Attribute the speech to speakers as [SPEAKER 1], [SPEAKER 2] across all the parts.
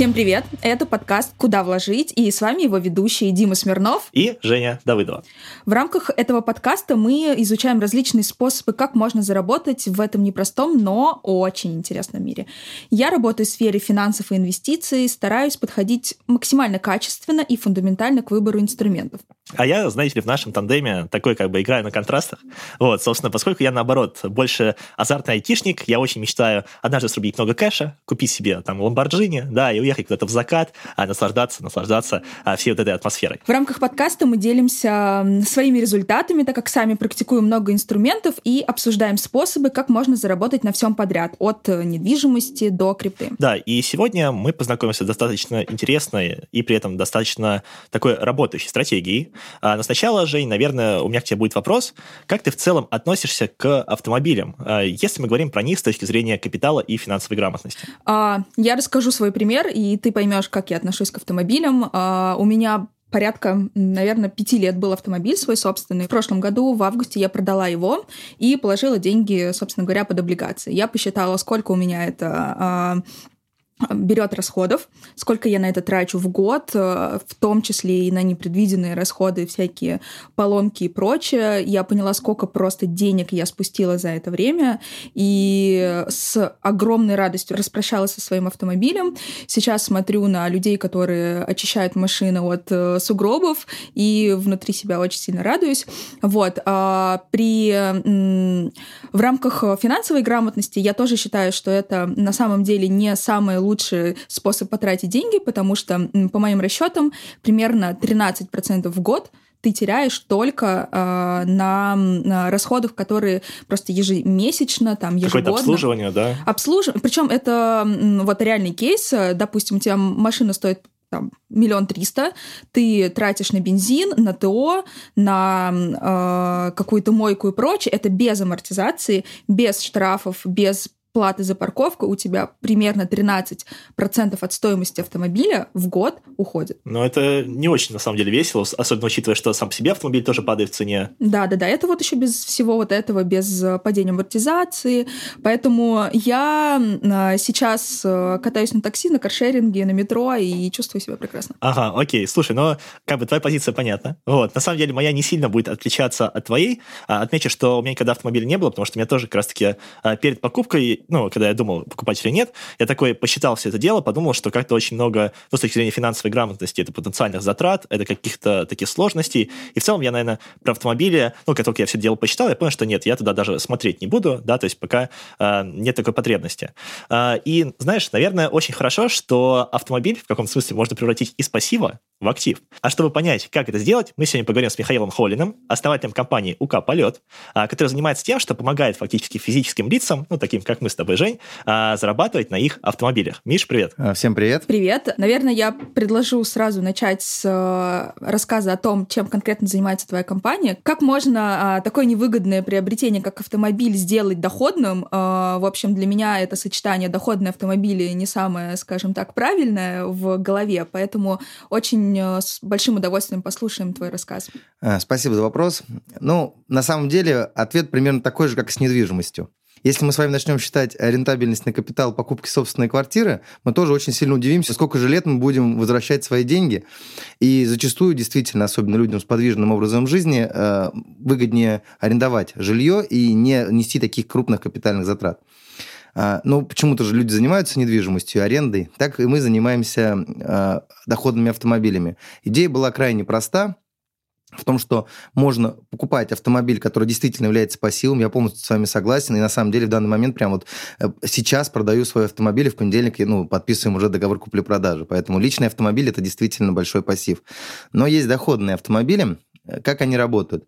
[SPEAKER 1] Всем привет! Это подкаст «Куда вложить?» и с вами его ведущие Дима Смирнов
[SPEAKER 2] и Женя Давыдова.
[SPEAKER 1] В рамках этого подкаста мы изучаем различные способы, как можно заработать в этом непростом, но очень интересном мире. Я работаю в сфере финансов и инвестиций, стараюсь подходить максимально качественно и фундаментально к выбору инструментов.
[SPEAKER 2] А я, знаете ли, в нашем тандеме такой играю на контрастах. Собственно, поскольку я, наоборот, больше азартный айтишник, я очень мечтаю однажды срубить много кэша, купить себе Lamborghini, да, и уехать куда-то в закат, наслаждаться всей этой атмосферой.
[SPEAKER 1] В рамках подкаста мы делимся своими результатами, так как сами практикуем много инструментов и обсуждаем способы, как можно заработать на всем подряд, от недвижимости до крипты.
[SPEAKER 2] Да, и сегодня мы познакомимся с достаточно интересной и при этом достаточно такой работающей стратегией. Но сначала, Жень, наверное, у меня к тебе будет вопрос. Как ты в целом относишься к автомобилям, если мы говорим про них с точки зрения капитала и финансовой грамотности?
[SPEAKER 1] Я расскажу свой пример, и ты поймешь, как я отношусь к автомобилям. У меня порядка, наверное, 5 лет был автомобиль свой собственный. В прошлом году, в августе, я продала его и положила деньги, собственно говоря, под облигации. Я посчитала, сколько у меня это берет расходов, сколько я на это трачу в год, в том числе и на непредвиденные расходы, всякие поломки и прочее. Я поняла, сколько просто денег я спустила за это время, и с огромной радостью распрощалась со своим автомобилем. Сейчас смотрю на людей, которые очищают машины от сугробов, и внутри себя очень сильно радуюсь. В рамках финансовой грамотности я тоже считаю, что это на самом деле не самое лучший способ потратить деньги, потому что, по моим расчетам, примерно 13% в год ты теряешь только на расходах, которые просто ежемесячно, ежегодно.
[SPEAKER 2] Какое-то обслуживание, да?
[SPEAKER 1] Обслуживание. Причем это реальный кейс. Допустим, у тебя машина стоит 1 300 000, ты тратишь на бензин, на ТО, на какую-то мойку и прочее. Это без амортизации, без штрафов, без платы за парковку, у тебя примерно 13% от стоимости автомобиля в год уходит.
[SPEAKER 2] Но это не очень, на самом деле, весело, особенно учитывая, что сам по себе автомобиль тоже падает в цене.
[SPEAKER 1] Да. Это еще без всего этого, без падения амортизации. Поэтому я сейчас катаюсь на такси, на каршеринге, на метро и чувствую себя прекрасно.
[SPEAKER 2] Ага, окей. Слушай, твоя позиция понятна. На самом деле, моя не сильно будет отличаться от твоей. Отмечу, что у меня никогда автомобиля не было, потому что у меня тоже как раз-таки перед покупкой, когда я думал, покупать или нет, я такой посчитал все это дело, подумал, что как-то очень много, с точки зрения финансовой грамотности, это потенциальных затрат, это каких-то таких сложностей. И в целом я, наверное, про автомобили, как только я все это дело посчитал, я понял, что нет, я туда даже смотреть не буду, да, то есть пока нет такой потребности. И, знаешь, наверное, очень хорошо, что автомобиль в каком-то смысле можно превратить из пассива в актив. А чтобы понять, как это сделать, мы сегодня поговорим с Михаилом Холиным, основателем компании УК «Полет», который занимается тем, что помогает фактически физическим лицам, таким как мы с тобой, Жень, зарабатывать на их автомобилях. Миш, привет.
[SPEAKER 3] Всем привет.
[SPEAKER 1] Привет. Наверное, я предложу сразу начать с рассказа о том, чем конкретно занимается твоя компания. Как можно такое невыгодное приобретение, как автомобиль, сделать доходным? В общем, для меня это сочетание доходные автомобили не самое, скажем так, правильное в голове, поэтому очень с большим удовольствием послушаем твой рассказ.
[SPEAKER 3] Спасибо за вопрос. На самом деле, ответ примерно такой же, как с недвижимостью. Если мы с вами начнем считать рентабельность на капитал покупки собственной квартиры, мы тоже очень сильно удивимся, сколько же лет мы будем возвращать свои деньги. И зачастую, действительно, особенно людям с подвижным образом жизни, выгоднее арендовать жилье и не нести таких крупных капитальных затрат. Но почему-то же люди занимаются недвижимостью, арендой, так и мы занимаемся доходными автомобилями. Идея была крайне проста. В том, что можно покупать автомобиль, который действительно является пассивом. Я полностью с вами согласен. И на самом деле в данный момент прямо сейчас продаю свой автомобиль, и в понедельник подписываем уже договор купли-продажи. Поэтому личный автомобиль – это действительно большой пассив. Но есть доходные автомобили. Как они работают?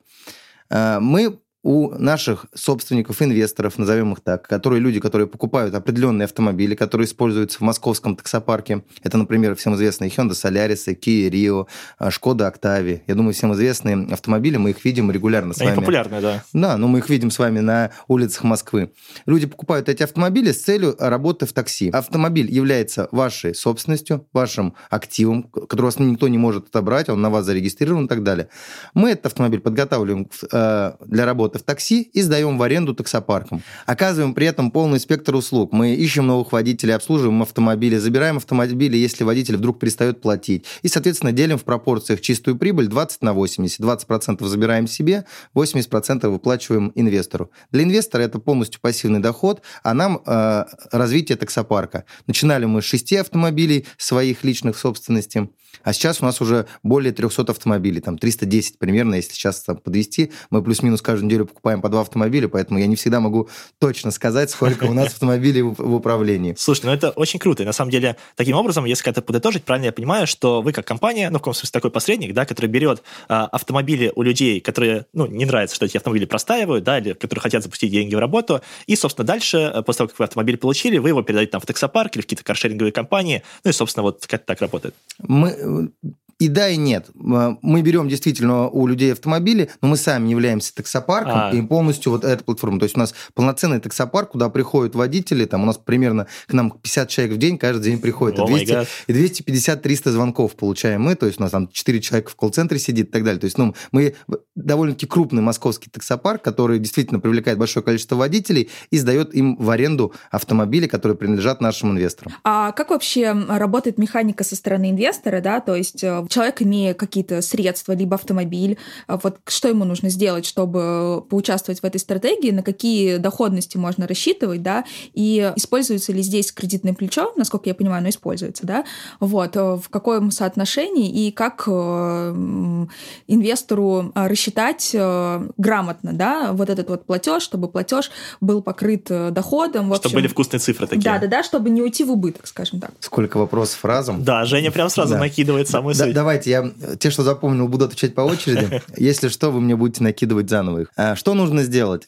[SPEAKER 3] Мы у наших собственников, инвесторов, назовем их так, люди, которые покупают определенные автомобили, которые используются в московском таксопарке. Это, например, всем известные Hyundai Solaris, Kia Rio, Skoda Octavia. Я думаю, всем известные автомобили, мы их видим регулярно с вами.
[SPEAKER 2] Они популярны, да.
[SPEAKER 3] Да, но мы их видим с вами на улицах Москвы. Люди покупают эти автомобили с целью работы в такси. Автомобиль является вашей собственностью, вашим активом, который вас никто не может отобрать, он на вас зарегистрирован и так далее. Мы этот автомобиль подготавливаем для работы работы в такси и сдаем в аренду таксопаркам. Оказываем при этом полный спектр услуг. Мы ищем новых водителей, обслуживаем автомобили, забираем автомобили, если водитель вдруг перестает платить. И, соответственно, делим в пропорциях чистую прибыль 20/80. 20% забираем себе, 80% выплачиваем инвестору. Для инвестора это полностью пассивный доход, а нам развитие таксопарка. Начинали мы с 6 автомобилей своих личных в собственности, а сейчас у нас уже более 300 автомобилей, там 310 примерно, если сейчас подвести. Мы плюс-минус каждую неделю покупаем по 2 автомобиля, поэтому я не всегда могу точно сказать, сколько у нас автомобилей в управлении.
[SPEAKER 2] Слушай, это очень круто. И на самом деле, таким образом, если это подытожить, правильно я понимаю, что вы как компания, в каком смысле такой посредник, да, который берет автомобили у людей, которые, не нравится, что эти автомобили простаивают, да, или которые хотят запустить деньги в работу, и, собственно, дальше, после того, как вы автомобиль получили, вы его передаете в таксопарк или в какие-то каршеринговые компании, и, собственно, вот как так работает.
[SPEAKER 3] И да, и нет. Мы берем действительно у людей автомобили, но мы сами являемся таксопарком, и полностью вот эта платформа. То есть у нас полноценный таксопарк, куда приходят водители, там у нас примерно к нам 50 человек в день каждый день приходит, и 250-300 звонков получаем мы, то есть у нас там 4 человека в колл-центре сидит и так далее. То есть мы довольно-таки крупный московский таксопарк, который действительно привлекает большое количество водителей и сдает им в аренду автомобили, которые принадлежат нашим инвесторам.
[SPEAKER 1] А как вообще работает механика со стороны инвестора, да, то есть человек, имея какие-то средства, либо автомобиль, вот что ему нужно сделать, чтобы поучаствовать в этой стратегии, на какие доходности можно рассчитывать, да, и используется ли здесь кредитное плечо, насколько я понимаю, оно используется, да, вот, в каком соотношении и как инвестору рассчитать грамотно, да, вот этот вот платеж, чтобы платеж был покрыт доходом. В общем,
[SPEAKER 2] чтобы были вкусные цифры такие.
[SPEAKER 1] Да, чтобы не уйти в убыток, скажем так.
[SPEAKER 3] Сколько вопросов разом.
[SPEAKER 2] Да, Женя прям сразу накидывает самую суть.
[SPEAKER 3] Давайте, я те, что запомнил, буду отвечать по очереди. Если что, вы мне будете накидывать заново их. Что нужно сделать?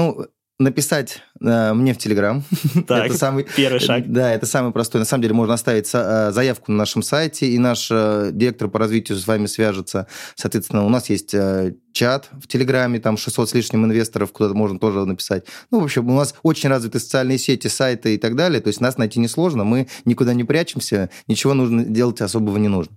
[SPEAKER 3] Написать мне в Телеграм.
[SPEAKER 2] Так, первый шаг.
[SPEAKER 3] Да, это самый простой. На самом деле можно оставить заявку на нашем сайте, и наш директор по развитию с вами свяжется. Соответственно, у нас есть чат в Телеграме, там 600 с лишним инвесторов, куда можно тоже написать. В общем, у нас очень развиты социальные сети, сайты и так далее. То есть нас найти несложно, мы никуда не прячемся, ничего нужно делать особого не нужно.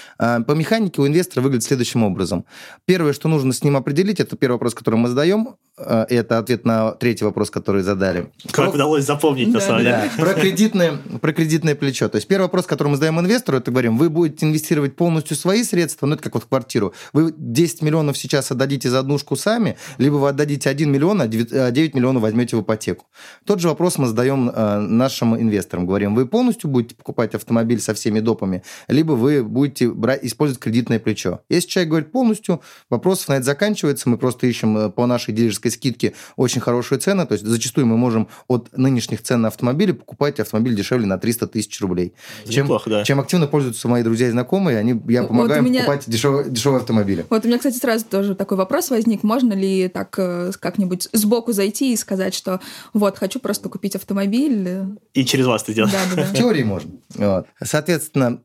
[SPEAKER 3] По механике у инвестора выглядит следующим образом. Первое, что нужно с ним определить, это первый вопрос, который мы задаем. Это ответ на третий вопрос, который задали.
[SPEAKER 2] Как удалось запомнить, на самом деле.
[SPEAKER 3] Про кредитное плечо. То есть первый вопрос, который мы задаем инвестору, это говорим, вы будете инвестировать полностью свои средства, это как вот в квартиру. Вы 10 миллионов сейчас отдадите за однушку сами, либо вы отдадите 1 миллион, а 9 миллионов возьмете в ипотеку. Тот же вопрос мы задаем нашим инвесторам. Говорим, вы полностью будете покупать автомобиль со всеми допами, либо вы будете использовать кредитное плечо. Если человек говорит полностью, вопросов на это заканчивается, мы просто ищем по нашей дилерской скидке очень хорошую цену, то есть зачастую мы можем от нынешних цен на автомобили покупать автомобиль дешевле на 300 тысяч рублей. Чем активно пользуются мои друзья и знакомые, я помогаю им покупать дешевые автомобили.
[SPEAKER 1] Вот у меня, кстати, сразу тоже такой вопрос возник, можно ли так как-нибудь сбоку зайти и сказать, что вот, хочу просто купить автомобиль.
[SPEAKER 2] И через вас это делать.
[SPEAKER 1] Да.
[SPEAKER 3] В теории можно. Соответственно,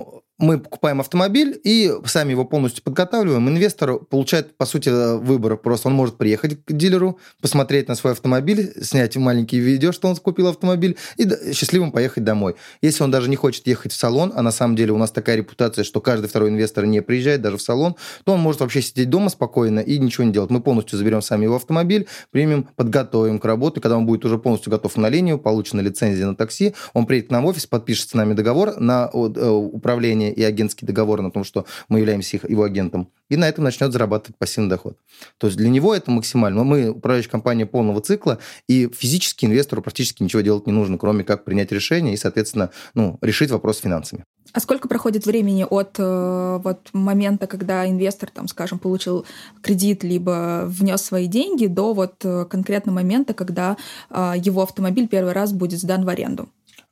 [SPEAKER 3] мы покупаем автомобиль и сами его полностью подготавливаем. Инвестор получает, по сути, выбор. Просто он может приехать к дилеру, посмотреть на свой автомобиль, снять маленькие видео, что он купил автомобиль, и счастливым поехать домой. Если он даже не хочет ехать в салон, а на самом деле у нас такая репутация, что каждый второй инвестор не приезжает даже в салон, то он может вообще сидеть дома спокойно и ничего не делать. Мы полностью заберем сами его автомобиль, примем, подготовим к работе. Когда он будет уже полностью готов на линию, получена лицензия на такси, он приедет к нам в офис, подпишет с нами договор на управление и агентский договор на том, что мы являемся его агентом, и на этом начнет зарабатывать пассивный доход. То есть для него это максимально. Мы управляющая компания полного цикла, и физически инвестору практически ничего делать не нужно, кроме как принять решение и, соответственно, решить вопрос с финансами.
[SPEAKER 1] А сколько проходит времени от момента, когда инвестор, скажем, получил кредит, либо внес свои деньги, до конкретного момента, когда его автомобиль первый раз будет сдан в аренду?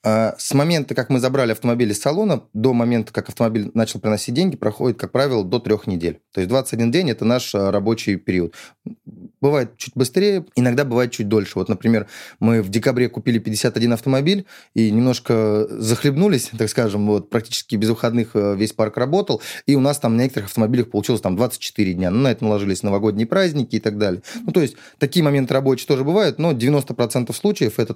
[SPEAKER 3] С момента, как мы забрали автомобиль из салона, до момента, как автомобиль начал приносить деньги, проходит, как правило, до 3 недель. То есть 21 день – это наш рабочий период. Бывает чуть быстрее, иногда бывает чуть дольше. Вот, например, мы в декабре купили 51 автомобиль и немножко захлебнулись, так скажем, практически без выходных весь парк работал, и у нас там на некоторых автомобилях получилось 24 дня. На это наложились новогодние праздники и так далее. То есть такие моменты рабочие тоже бывают, но 90% случаев это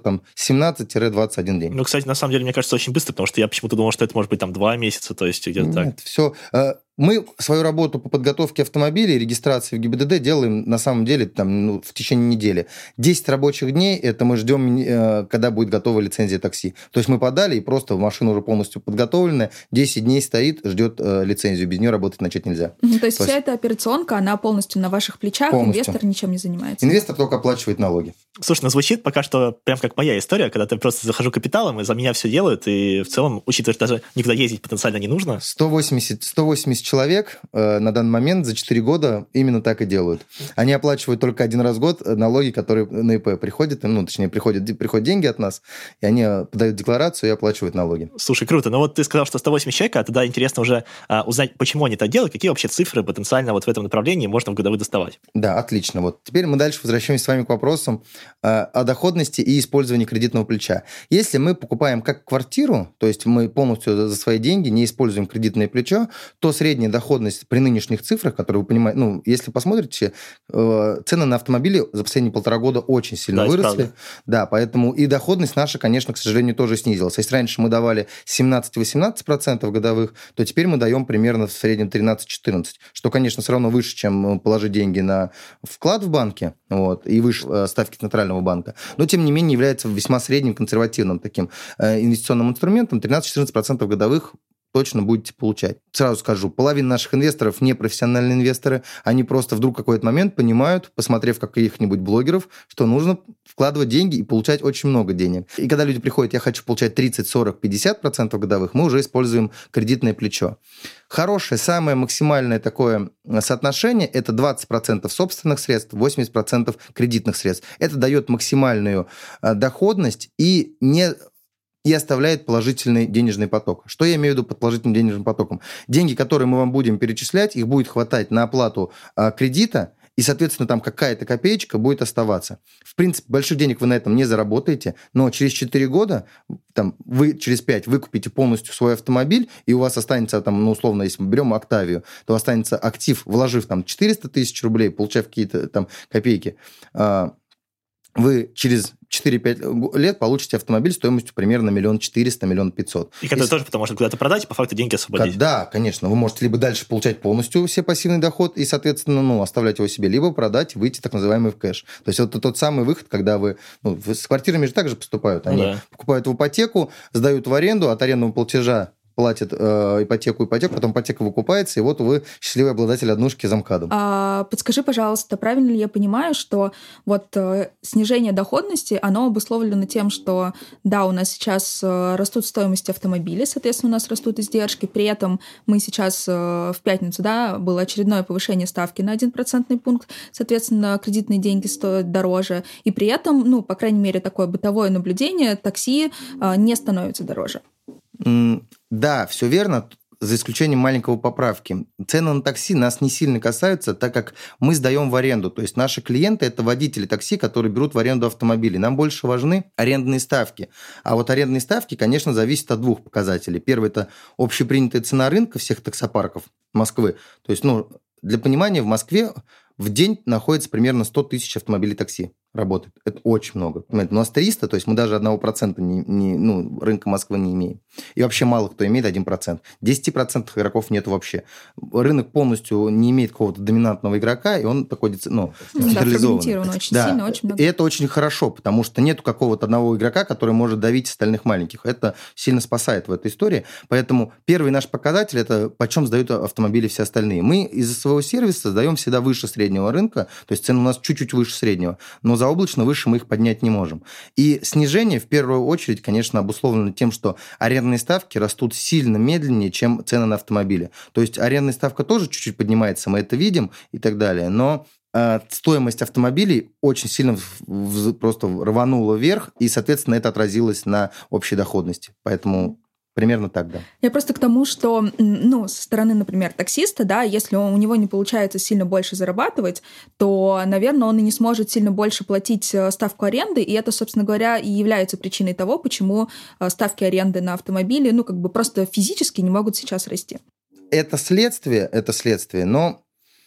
[SPEAKER 3] 17-21 день.
[SPEAKER 2] Кстати, на самом деле, мне кажется, очень быстро, потому что я почему-то думал, что это может быть 2 месяца, то есть где-то так.
[SPEAKER 3] Нет, все. Мы свою работу по подготовке автомобилей и регистрации в ГИБДД делаем, на самом деле, в течение недели. 10 рабочих дней – это мы ждем, когда будет готова лицензия такси. То есть мы подали, и просто машина уже полностью подготовленная, 10 дней стоит, ждет лицензию. Без нее работать начать нельзя.
[SPEAKER 1] То есть вся эта операционка, она полностью на ваших плечах, полностью. Инвестор ничем не занимается?
[SPEAKER 3] Инвестор только оплачивает налоги.
[SPEAKER 2] Слушай, звучит пока что прям как моя история, когда ты просто захожу капиталом, и за меня все делают, и в целом, учитывая, что даже никуда ездить потенциально не нужно.
[SPEAKER 3] 180 человек на данный момент за 4 года именно так и делают. Они оплачивают только один раз в год налоги, которые на ИП приходят, приходят деньги от нас, и они подают декларацию и оплачивают налоги.
[SPEAKER 2] Слушай, круто. Но вот ты сказал, что 180 человек, а тогда интересно уже узнать, почему они так делают, какие вообще цифры потенциально в этом направлении можно в годовых доставать.
[SPEAKER 3] Да, отлично. Теперь мы дальше возвращаемся с вами к вопросам о доходности и использовании кредитного плеча. Если мы покупаем как квартиру, то есть мы полностью за свои деньги не используем кредитное плечо, то средняя доходность при нынешних цифрах, которые вы понимаете, если посмотрите, цены на автомобили за последние 1,5 года очень сильно выросли. Да, поэтому и доходность наша, конечно, к сожалению, тоже снизилась. Если раньше мы давали 17-18% годовых, то теперь мы даем примерно в среднем 13-14%, что, конечно, все равно выше, чем положить деньги на вклад в банке, и выше ставки Центрального банка. Но, тем не менее, является весьма средним консервативным таким инвестиционным инструментом. 13-14% годовых точно будете получать. Сразу скажу, половина наших инвесторов не профессиональные инвесторы, они просто вдруг в какой-то момент понимают, посмотрев каких-нибудь блогеров, что нужно вкладывать деньги и получать очень много денег. И когда люди приходят, я хочу получать 30, 40, 50% годовых, мы уже используем кредитное плечо. Хорошее, самое максимальное такое соотношение – это 20% собственных средств, 80% кредитных средств. Это дает максимальную доходность и оставляет положительный денежный поток. Что я имею в виду под положительным денежным потоком? Деньги, которые мы вам будем перечислять, их будет хватать на оплату кредита, и, соответственно, там какая-то копеечка будет оставаться. В принципе, больших денег вы на этом не заработаете, но через 4 года, через 5 вы купите полностью свой автомобиль, и у вас останется, условно, если мы берем Октавию, то останется актив, вложив 400 тысяч рублей, получав какие-то копейки, вы через 4-5 лет получите автомобиль стоимостью примерно 1 400 000 – 1 500 000.
[SPEAKER 2] И когда тоже потому что куда-то продать, и по факту деньги освободить.
[SPEAKER 3] Да, конечно. Вы можете либо дальше получать полностью все пассивный доход и, соответственно, оставлять его себе, либо продать, выйти так называемый в кэш. То есть это тот самый выход, когда вы... с квартирами же так же поступают. Они покупают в ипотеку, сдают в аренду, от арендного платежа платит ипотеку, потом ипотека выкупается, и вы счастливый обладатель однушки за МКАДом.
[SPEAKER 1] Подскажи, пожалуйста, правильно ли я понимаю, что снижение доходности, оно обусловлено тем, что, да, у нас сейчас растут стоимости автомобилей, соответственно, у нас растут издержки, при этом мы сейчас в пятницу, было очередное повышение ставки на 1% пункт, соответственно, кредитные деньги стоят дороже, и при этом, по крайней мере, такое бытовое наблюдение, такси не становится дороже.
[SPEAKER 3] Да, все верно, за исключением маленького поправки. Цены на такси нас не сильно касаются, так как мы сдаем в аренду. То есть наши клиенты – это водители такси, которые берут в аренду автомобили. Нам больше важны арендные ставки. А арендные ставки, конечно, зависят от 2 показателей. Первый – это общепринятая цена рынка всех таксопарков Москвы. То есть, для понимания, в Москве в день находится примерно 100 тысяч автомобилей такси. Работает. Это очень много. У нас 300, то есть мы даже 1% рынка Москвы не имеем. И вообще мало кто имеет 1%. 10% игроков нет вообще. Рынок полностью не имеет какого-то доминантного игрока, и он такой
[SPEAKER 1] фрагментирован очень сильно, очень много.
[SPEAKER 3] И это очень хорошо, потому что нету какого-то одного игрока, который может давить остальных маленьких. Это сильно спасает в этой истории. Поэтому первый наш показатель – это почем сдают автомобили все остальные. Мы из-за своего сервиса сдаем всегда выше среднего рынка, то есть цены у нас чуть-чуть выше среднего, но заоблачно выше мы их поднять не можем. И снижение, в первую очередь, конечно, обусловлено тем, что арендные ставки растут сильно медленнее, чем цены на автомобили. То есть арендная ставка тоже чуть-чуть поднимается, мы это видим и так далее, но стоимость автомобилей очень сильно просто рванула вверх, и, соответственно, это отразилось на общей доходности. Поэтому... Примерно так, да.
[SPEAKER 1] Я просто к тому, что, со стороны, например, таксиста, если у него не получается сильно больше зарабатывать, то, наверное, он и не сможет сильно больше платить ставку аренды, и это, собственно говоря, и является причиной того, почему ставки аренды на автомобили, просто физически не могут сейчас расти.
[SPEAKER 3] Это следствие, но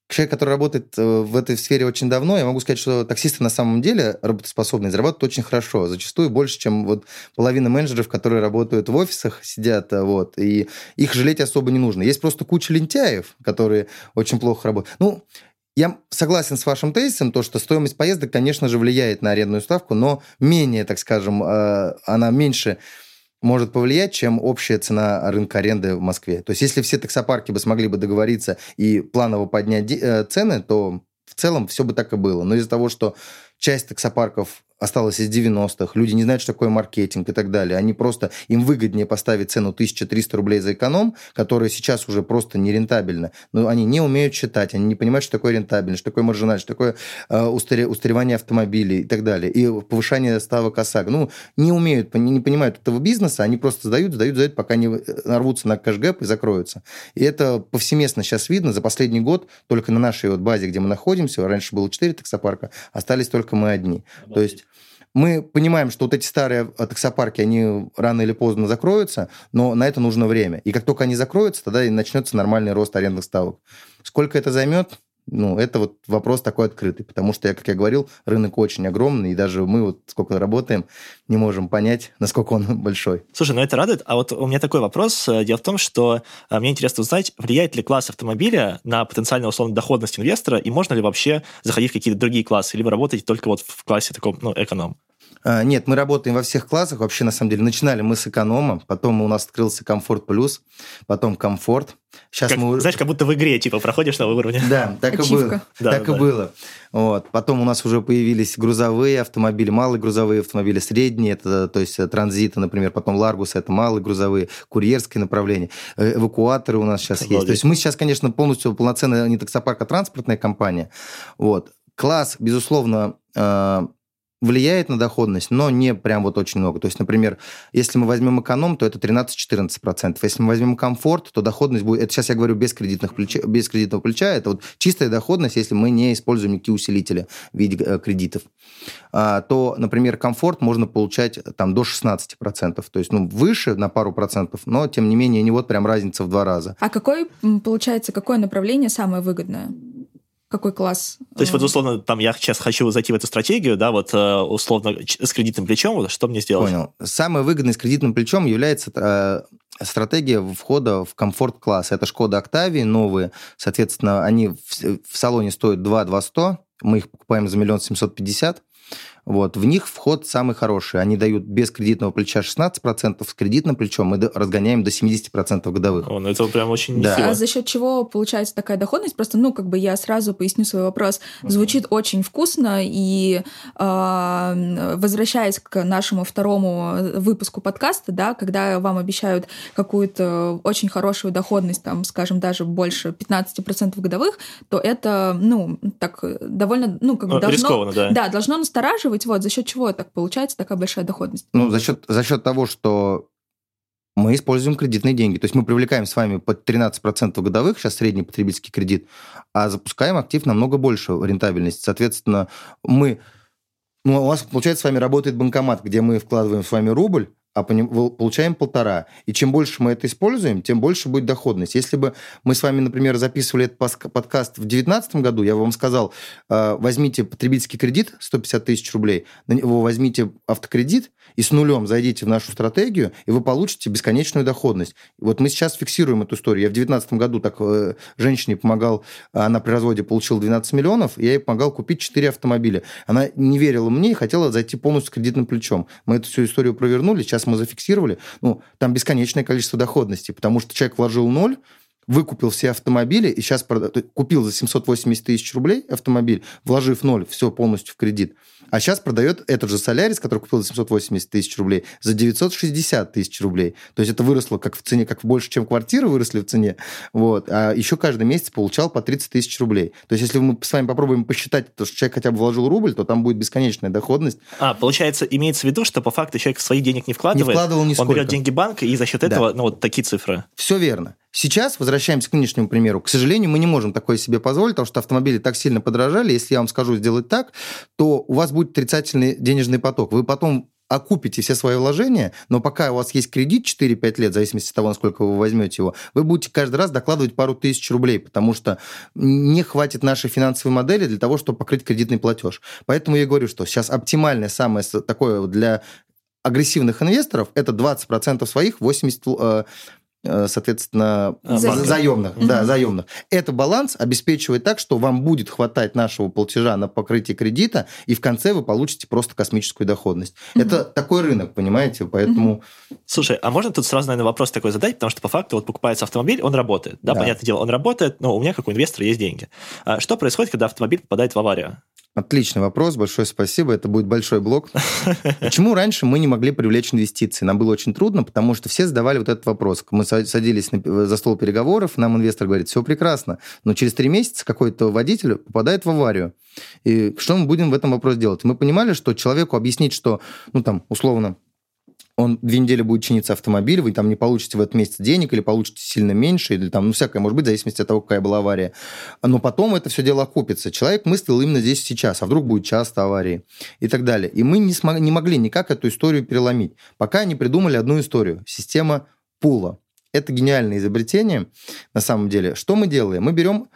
[SPEAKER 3] человек, который работает в этой сфере очень давно, я могу сказать, что таксисты на самом деле работоспособные, зарабатывают очень хорошо, зачастую больше, чем вот половина менеджеров, которые работают в офисах, сидят, вот, и их жалеть особо не нужно. Есть просто куча лентяев, которые очень плохо работают. Ну, я согласен с вашим тезисом, то, что стоимость поездок, конечно же, влияет на арендную ставку, но менее, так скажем, она меньше может повлиять, чем общая цена рынка аренды в Москве. То есть, если все таксопарки бы смогли бы договориться и планово поднять цены, то в целом все бы так и было. Но из-за того, что часть таксопарков осталась из 90-х, люди не знают, что такое маркетинг и так далее, они просто, им выгоднее поставить цену 1300 рублей за эконом, которая сейчас уже просто нерентабельна. Но они не умеют считать, они не понимают, что такое рентабельность, что такое маржинальность, что такое устаревание автомобилей и так далее, и повышение ставок ОСАГО. Ну, не умеют, не понимают этого бизнеса, они просто сдают, пока не нарвутся на кэшгэп и закроются. И это повсеместно сейчас видно. За последний год только на нашей вот базе, где мы находимся, раньше было 4 таксопарка, остались только мы одни. То есть мы понимаем, что вот эти старые таксопарки, они рано или поздно закроются, но на это нужно время. И как только они закроются, тогда и начнется нормальный рост арендных ставок. Сколько это займет? Ну, это вот вопрос такой открытый, потому что, как я говорил, рынок очень огромный, и даже мы вот сколько работаем, не можем понять, насколько он большой.
[SPEAKER 2] Слушай, ну это радует. А вот у меня такой вопрос. Дело в том, что мне интересно узнать, влияет ли класс автомобиля на потенциальную условную доходность инвестора, и можно ли вообще заходить в какие-то другие классы, либо работать только вот в классе таком, ну, эконом?
[SPEAKER 3] Нет, мы работаем во всех классах. Вообще, на самом деле, начинали мы с эконома, потом у нас открылся комфорт плюс, потом комфорт. Сейчас
[SPEAKER 2] Знаешь, как будто в игре, типа, проходишь на уровне.
[SPEAKER 3] Да, так и было. Так и было. Вот. Потом у нас уже появились грузовые автомобили, малые грузовые автомобили, средние, это, то есть транзиты, например, потом Ларгусы, это малые грузовые, курьерское направление, эвакуаторы у нас сейчас есть. То есть мы сейчас, конечно, полностью полноценная не таксопарк, а транспортная компания. Вот. Класс, безусловно, влияет на доходность, но не прям вот очень много. То есть, например, если мы возьмем эконом, то это 13-14%. Если мы возьмем комфорт, то доходность будет... Это сейчас я говорю без кредитного плеча. Это вот чистая доходность, если мы не используем никакие усилители в виде кредитов. То, например, комфорт можно получать там до 16%. То есть, ну, выше на пару процентов, но, тем не менее, не вот прям разница в 2 раза.
[SPEAKER 1] А какое направление самое выгодное? Какой класс?
[SPEAKER 2] То есть, вот условно, там я сейчас хочу зайти в эту стратегию, да, вот условно с кредитным плечом, вот, что мне сделать?
[SPEAKER 3] Понял. Самое выгодное с кредитным плечом является стратегия входа в комфорт-класс. Это Шкода Октавии новые, соответственно, они в салоне стоят 2 200, мы их покупаем за 1 750 000. Вот. В них вход самый хороший. Они дают без кредитного плеча 16%, с кредитным плечом мы разгоняем до 70% годовых.
[SPEAKER 2] Ну это прям очень нехило.
[SPEAKER 1] А за счет чего получается такая доходность? Просто, я сразу поясню свой вопрос. Звучит очень вкусно, и возвращаясь к нашему второму выпуску подкаста, да, когда вам обещают какую-то очень хорошую доходность, там, скажем, даже больше 15% годовых, то это, так довольно, должно...
[SPEAKER 2] Рискованно, да.
[SPEAKER 1] Да, должно настораживать. Вот, за счет чего так получается такая большая доходность?
[SPEAKER 3] За счет того, что мы используем кредитные деньги. То есть мы привлекаем с вами под 13% годовых, сейчас средний потребительский кредит, а запускаем актив намного больше рентабельности. Соответственно, у нас, получается, с вами работает банкомат, где мы вкладываем с вами рубль, а получаем 1,5. И чем больше мы это используем, тем больше будет доходность. Если бы мы с вами, например, записывали этот подкаст в 2019 году, я бы вам сказал, возьмите потребительский кредит 150 000 рублей, на него возьмите автокредит и с нулем зайдите в нашу стратегию, и вы получите бесконечную доходность. Вот мы сейчас фиксируем эту историю. Я в 2019 году так женщине помогал, она при разводе получила 12 миллионов, и я ей помогал купить 4 автомобиля. Она не верила мне и хотела зайти полностью с кредитным плечом. Мы эту всю историю провернули, сейчас мы зафиксировали. Там бесконечное количество доходности, потому что человек вложил 0, выкупил все автомобили и сейчас купил за 780 000 рублей автомобиль, вложив 0, все полностью в кредит. А сейчас продает этот же Солярис, который купил за 780 000 рублей, за 960 000 рублей. То есть это выросло как в цене, как больше, чем квартиры выросли в цене. Вот. А еще каждый месяц получал по 30 000 рублей. То есть если мы с вами попробуем посчитать, что человек хотя бы вложил рубль, то там будет бесконечная доходность.
[SPEAKER 2] Получается, имеется в виду, что по факту человек своих денег не вкладывает.
[SPEAKER 3] Не вкладывал нисколько.
[SPEAKER 2] Он берет деньги банка, и за счет этого, такие цифры.
[SPEAKER 3] Все верно. Сейчас, возвращаемся к нынешнему примеру, к сожалению, мы не можем такое себе позволить, потому что автомобили так сильно подорожали. Если я вам скажу сделать так, то у вас будет отрицательный денежный поток. Вы потом окупите все свои вложения, но пока у вас есть кредит 4-5 лет, в зависимости от того, насколько вы возьмете его, вы будете каждый раз докладывать пару тысяч рублей, потому что не хватит нашей финансовой модели для того, чтобы покрыть кредитный платеж. Поэтому я и говорю, что сейчас оптимальное самое такое для агрессивных инвесторов – это 20% своих, 80% соответственно, заемных. Да, заемных. Это баланс обеспечивает так, что вам будет хватать нашего платежа на покрытие кредита, и в конце вы получите просто космическую доходность. Это такой рынок, понимаете? Поэтому...
[SPEAKER 2] Слушай, а можно тут сразу, наверное, вопрос такой задать, потому что по факту вот покупается автомобиль, он работает. Да, понятное дело, он работает, но у меня, как у инвестора, есть деньги. Что происходит, когда автомобиль попадает в аварию?
[SPEAKER 3] Отличный вопрос, большое спасибо, это будет большой блок. Почему раньше мы не могли привлечь инвестиции? Нам было очень трудно, потому что все задавали вот этот вопрос. Мы садились за стол переговоров, нам инвестор говорит, все прекрасно, но через 3 месяца какой-то водитель попадает в аварию. И что мы будем в этом вопросе делать? Мы понимали, что человеку объяснить, что, условно, он 2 недели будет чиниться автомобиль, вы там не получите в этот месяц денег или получите сильно меньше, или там, всякое может быть, в зависимости от того, какая была авария. Но потом это все дело окупится. Человек мыслил именно здесь сейчас, а вдруг будет часто аварии и так далее. И мы не могли никак эту историю переломить, пока не придумали одну историю. Система пула. Это гениальное изобретение, на самом деле. Что мы делаем? Мы берем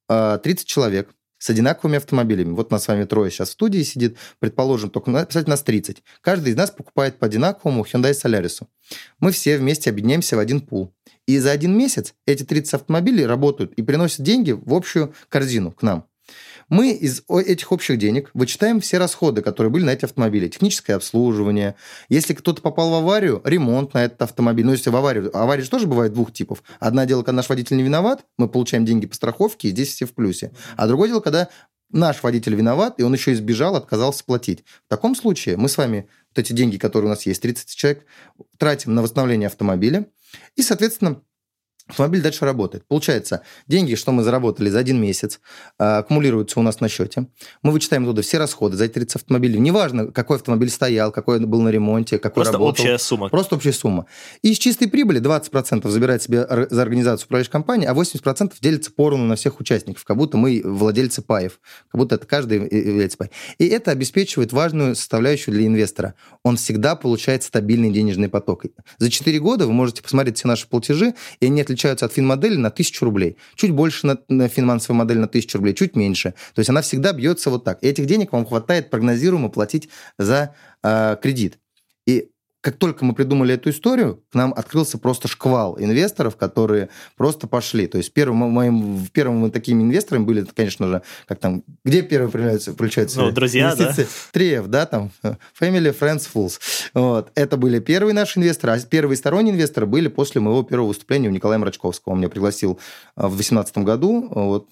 [SPEAKER 3] 30 человек, с одинаковыми автомобилями. Вот нас с вами 3 сейчас в студии сидит, предположим, только представьте, нас 30. Каждый из нас покупает по одинаковому Hyundai Solaris. Мы все вместе объединяемся в один пул. И за 1 месяц эти 30 автомобилей работают и приносят деньги в общую корзину к нам. Мы из этих общих денег вычитаем все расходы, которые были на эти автомобили. Техническое обслуживание. Если кто-то попал в аварию, ремонт на этот автомобиль. Если в аварии же тоже бывает 2 типов. Одно дело, когда наш водитель не виноват, мы получаем деньги по страховке, и здесь все в плюсе. А другое дело, когда наш водитель виноват, и он еще и сбежал, отказался платить. В таком случае мы с вами вот эти деньги, которые у нас есть, 30 человек, тратим на восстановление автомобиля, и, соответственно, автомобиль дальше работает. Получается, деньги, что мы заработали за 1 месяц, аккумулируются у нас на счете. Мы вычитаем туда все расходы за 30 автомобилей. Неважно, какой автомобиль стоял, какой был на ремонте, какой
[SPEAKER 2] просто
[SPEAKER 3] работал.
[SPEAKER 2] Общая сумма.
[SPEAKER 3] Просто общая сумма. И из чистой прибыли 20% забирает себе за организацию управляющей компании, а 80% делится поровну на всех участников, как будто мы владельцы паев, как будто это каждый является пай. И это обеспечивает важную составляющую для инвестора. Он всегда получает стабильный денежный поток. За 4 года вы можете посмотреть все наши платежи, и они отличаются от финмодели на 1000 рублей. Чуть больше на финансовой модели на 1000 рублей, чуть меньше. То есть она всегда бьется вот так. И этих денег вам хватает прогнозируемо платить за кредит. И как только мы придумали эту историю, к нам открылся просто шквал инвесторов, которые просто пошли. То есть первым такими инвесторами были, конечно же, как там, где первые привлекаются
[SPEAKER 2] друзья,
[SPEAKER 3] инвестиции? Да? Триев, да, там, Family, Friends, Fools. Вот. Это были первые наши инвесторы, а первые сторонние инвесторы были после моего первого выступления у Николая Мрачковского. Он меня пригласил в 2018 году вот,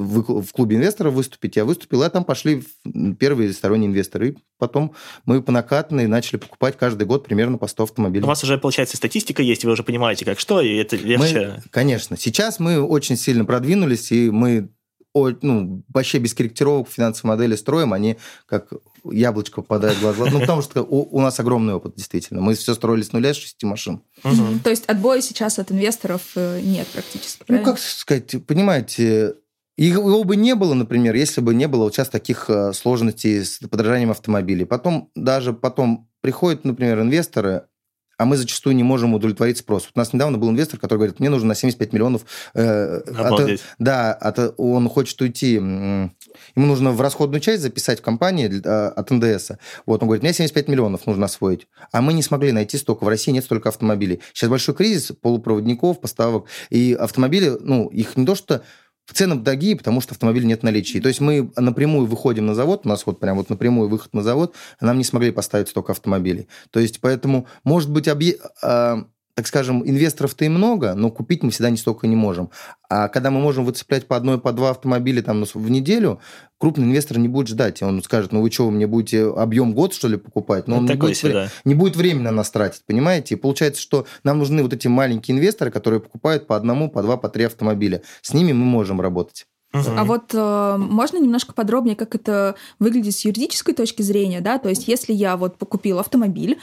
[SPEAKER 3] в клубе инвесторов выступить. Я выступил, а там пошли первые сторонние инвесторы. И потом мы по накатанной начали покупать каждый год примерно по 100 автомобилей.
[SPEAKER 2] У вас уже, получается, статистика есть, вы уже понимаете, как что, и это легче.
[SPEAKER 3] Конечно. Сейчас мы очень сильно продвинулись, и мы вообще без корректировок финансовые модели строим, они как яблочко попадают в глаз. Потому что у нас огромный опыт, действительно. Мы все строили с нуля, с 6 машин.
[SPEAKER 1] То есть отбоя сейчас от инвесторов нет практически, правильно?
[SPEAKER 3] Как сказать, понимаете... Его бы не было, например, если бы не было вот сейчас таких сложностей с подорожанием автомобилей. Потом приходят, например, инвесторы, а мы зачастую не можем удовлетворить спрос. Вот у нас недавно был инвестор, который говорит, мне нужно на 75 миллионов... Он хочет уйти... Ему нужно в расходную часть записать в компании от НДС. Вот, он говорит, мне 75 миллионов нужно освоить. А мы не смогли найти столько. В России нет столько автомобилей. Сейчас большой кризис полупроводников, поставок. И автомобили, их не то что... В ценам дорогие, потому что автомобиля нет в наличии. То есть мы напрямую выходим на завод, у нас вот прям вот напрямую выход на завод, а нам не смогли поставить столько автомобилей. То есть поэтому, может быть, так скажем, инвесторов-то и много, но купить мы всегда не столько не можем. А когда мы можем выцеплять по 1, по 2 автомобиля там, в неделю, крупный инвестор не будет ждать. Он скажет, вы что, вы мне будете объем год, что ли, покупать? Но он не будет времени на нас тратить, понимаете? И получается, что нам нужны вот эти маленькие инвесторы, которые покупают по 1, по 2, по 3 автомобиля. С ними мы можем работать.
[SPEAKER 1] А вот можно немножко подробнее, как это выглядит с юридической точки зрения, да? То есть если я вот купила автомобиль,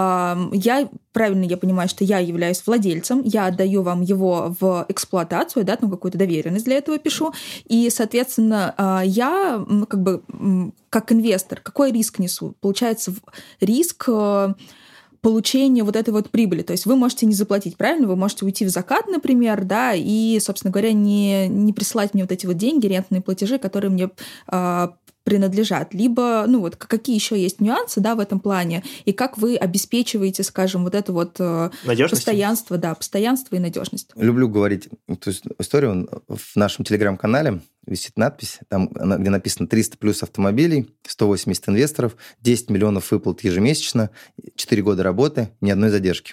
[SPEAKER 1] правильно я понимаю, что я являюсь владельцем, я отдаю вам его в эксплуатацию, да, какую-то доверенность для этого пишу, и, соответственно, я как инвестор, какой риск несу? Получается, риск получения вот этой вот прибыли. То есть вы можете не заплатить, правильно? Вы можете уйти в закат, например, да, и, собственно говоря, не присылать мне вот эти вот деньги, рентные платежи, которые мне принадлежат. Либо, какие еще есть нюансы, да, в этом плане, и как вы обеспечиваете, скажем, вот это вот постоянство и надежность.
[SPEAKER 3] Люблю говорить эту историю. В нашем телеграм-канале висит надпись, там, где написано 300 плюс автомобилей, 180 инвесторов, 10 миллионов выплат ежемесячно, 4 года работы, ни одной задержки.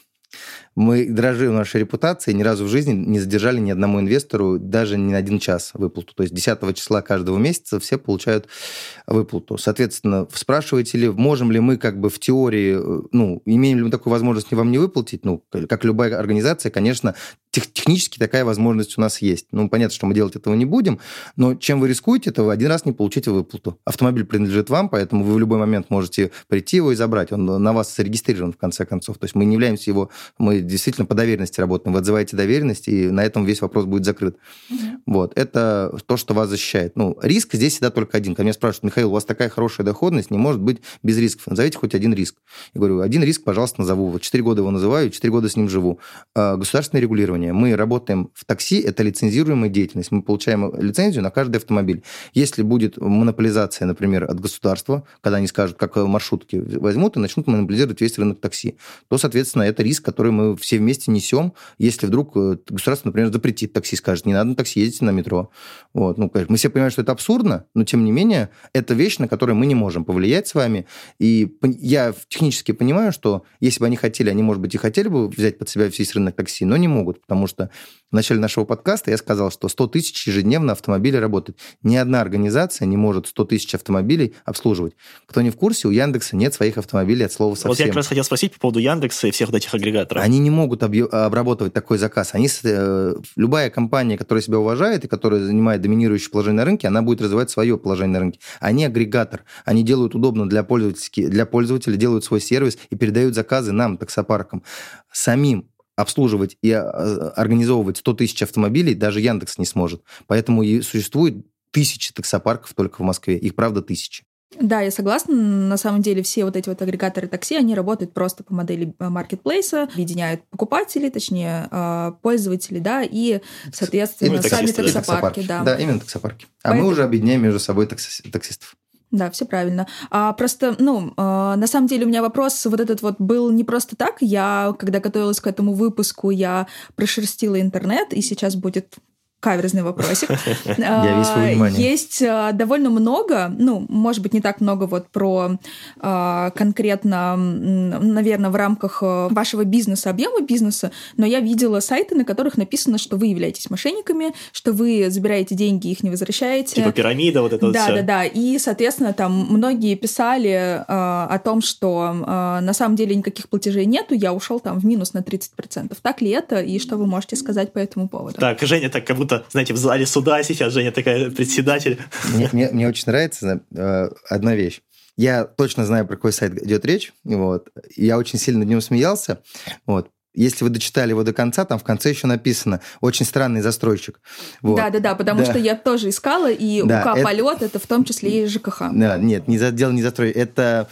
[SPEAKER 3] Мы дорожим нашей репутацией, ни разу в жизни не задержали ни одному инвестору даже ни на 1 час выплату. То есть 10 числа каждого месяца все получают выплату. Соответственно, спрашиваете ли, можем ли мы в теории, имеем ли мы такую возможность вам не выплатить? Как любая организация, конечно, технически такая возможность у нас есть. Понятно, что мы делать этого не будем, но чем вы рискуете, это вы 1 раз не получите выплату. Автомобиль принадлежит вам, поэтому вы в любой момент можете прийти его и забрать. Он на вас зарегистрирован, в конце концов. То есть мы не являемся мы действительно по доверенности работаем. Вы отзываете доверенность, и на этом весь вопрос будет закрыт. Вот. Это то, что вас защищает. Риск здесь всегда только один. Ко мне спрашивают: Михаил, у вас такая хорошая доходность, не может быть без рисков. Назовите хоть один риск. Я говорю, один риск, пожалуйста, назову. 4 года его называю, 4 года с ним живу. Государственное регулирование. Мы работаем в такси, это лицензируемая деятельность. Мы получаем лицензию на каждый автомобиль. Если будет монополизация, например, от государства, когда они скажут, как маршрутки возьмут и начнут монополизировать весь рынок такси, то, соответственно, это риск, который мы все вместе несем, если вдруг государство, например, запретит такси, скажет, не надо на такси, ездите на метро. Вот. Мы все понимаем, что это абсурдно, но, тем не менее, это вещь, на которую мы не можем повлиять с вами. И я технически понимаю, что если бы они хотели, они, может быть, и хотели бы взять под себя весь рынок такси, но не могут, потому что в начале нашего подкаста я сказал, что 100 тысяч ежедневно автомобилей работают. Ни одна организация не может 100 тысяч автомобилей обслуживать. Кто не в курсе, у Яндекса нет своих автомобилей от слова совсем.
[SPEAKER 2] Вот я как раз хотел спросить по поводу Яндекса и всех вот этих агрегаторов.
[SPEAKER 3] Они не могут обрабатывать такой заказ. Любая компания, которая себя уважает и которая занимает доминирующее положение на рынке, она будет развивать свое положение на рынке. Они агрегатор. Они делают удобно для пользователя, делают свой сервис и передают заказы нам, таксопаркам. Самим обслуживать и организовывать 100 тысяч автомобилей даже Яндекс не сможет. Поэтому и существует тысячи таксопарков только в Москве. Их, правда, тысячи.
[SPEAKER 1] Да, я согласна. На самом деле все вот эти вот агрегаторы такси, они работают просто по модели маркетплейса, объединяют покупателей, точнее, пользователей, да, и, соответственно, сами таксопарки.
[SPEAKER 3] Да, именно таксопарки. Мы уже объединяем между собой таксистов.
[SPEAKER 1] Да, все правильно. Просто, на самом деле у меня вопрос вот этот вот был не просто так. Я, когда готовилась к этому выпуску, я прошерстила интернет, и сейчас будет каверзный вопросик.
[SPEAKER 3] Я весь свое внимание.
[SPEAKER 1] Есть довольно много, может быть, не так много вот про конкретно, наверное, в рамках вашего бизнеса, объема бизнеса, но я видела сайты, на которых написано, что вы являетесь мошенниками, что вы забираете деньги и их не возвращаете.
[SPEAKER 2] Типа пирамида, вот это вот всё.
[SPEAKER 1] Да. И, соответственно, там многие писали о том, что на самом деле никаких платежей нету, я ушел там в минус на 30%. Так ли это? И что вы можете сказать по этому поводу?
[SPEAKER 2] Так, Женя, так как будто, знаете, в зале суда сейчас Женя такая председатель.
[SPEAKER 3] Мне очень нравится одна вещь. Я точно знаю, про какой сайт идет речь. Вот. Я очень сильно над ним смеялся. Вот. Если вы дочитали его до конца, там в конце еще написано «очень странный застройщик». Вот.
[SPEAKER 1] Да, потому что я тоже искала, и УК «Полет» это в том числе и ЖКХ.
[SPEAKER 3] Да, нет, дело не застройщик. Это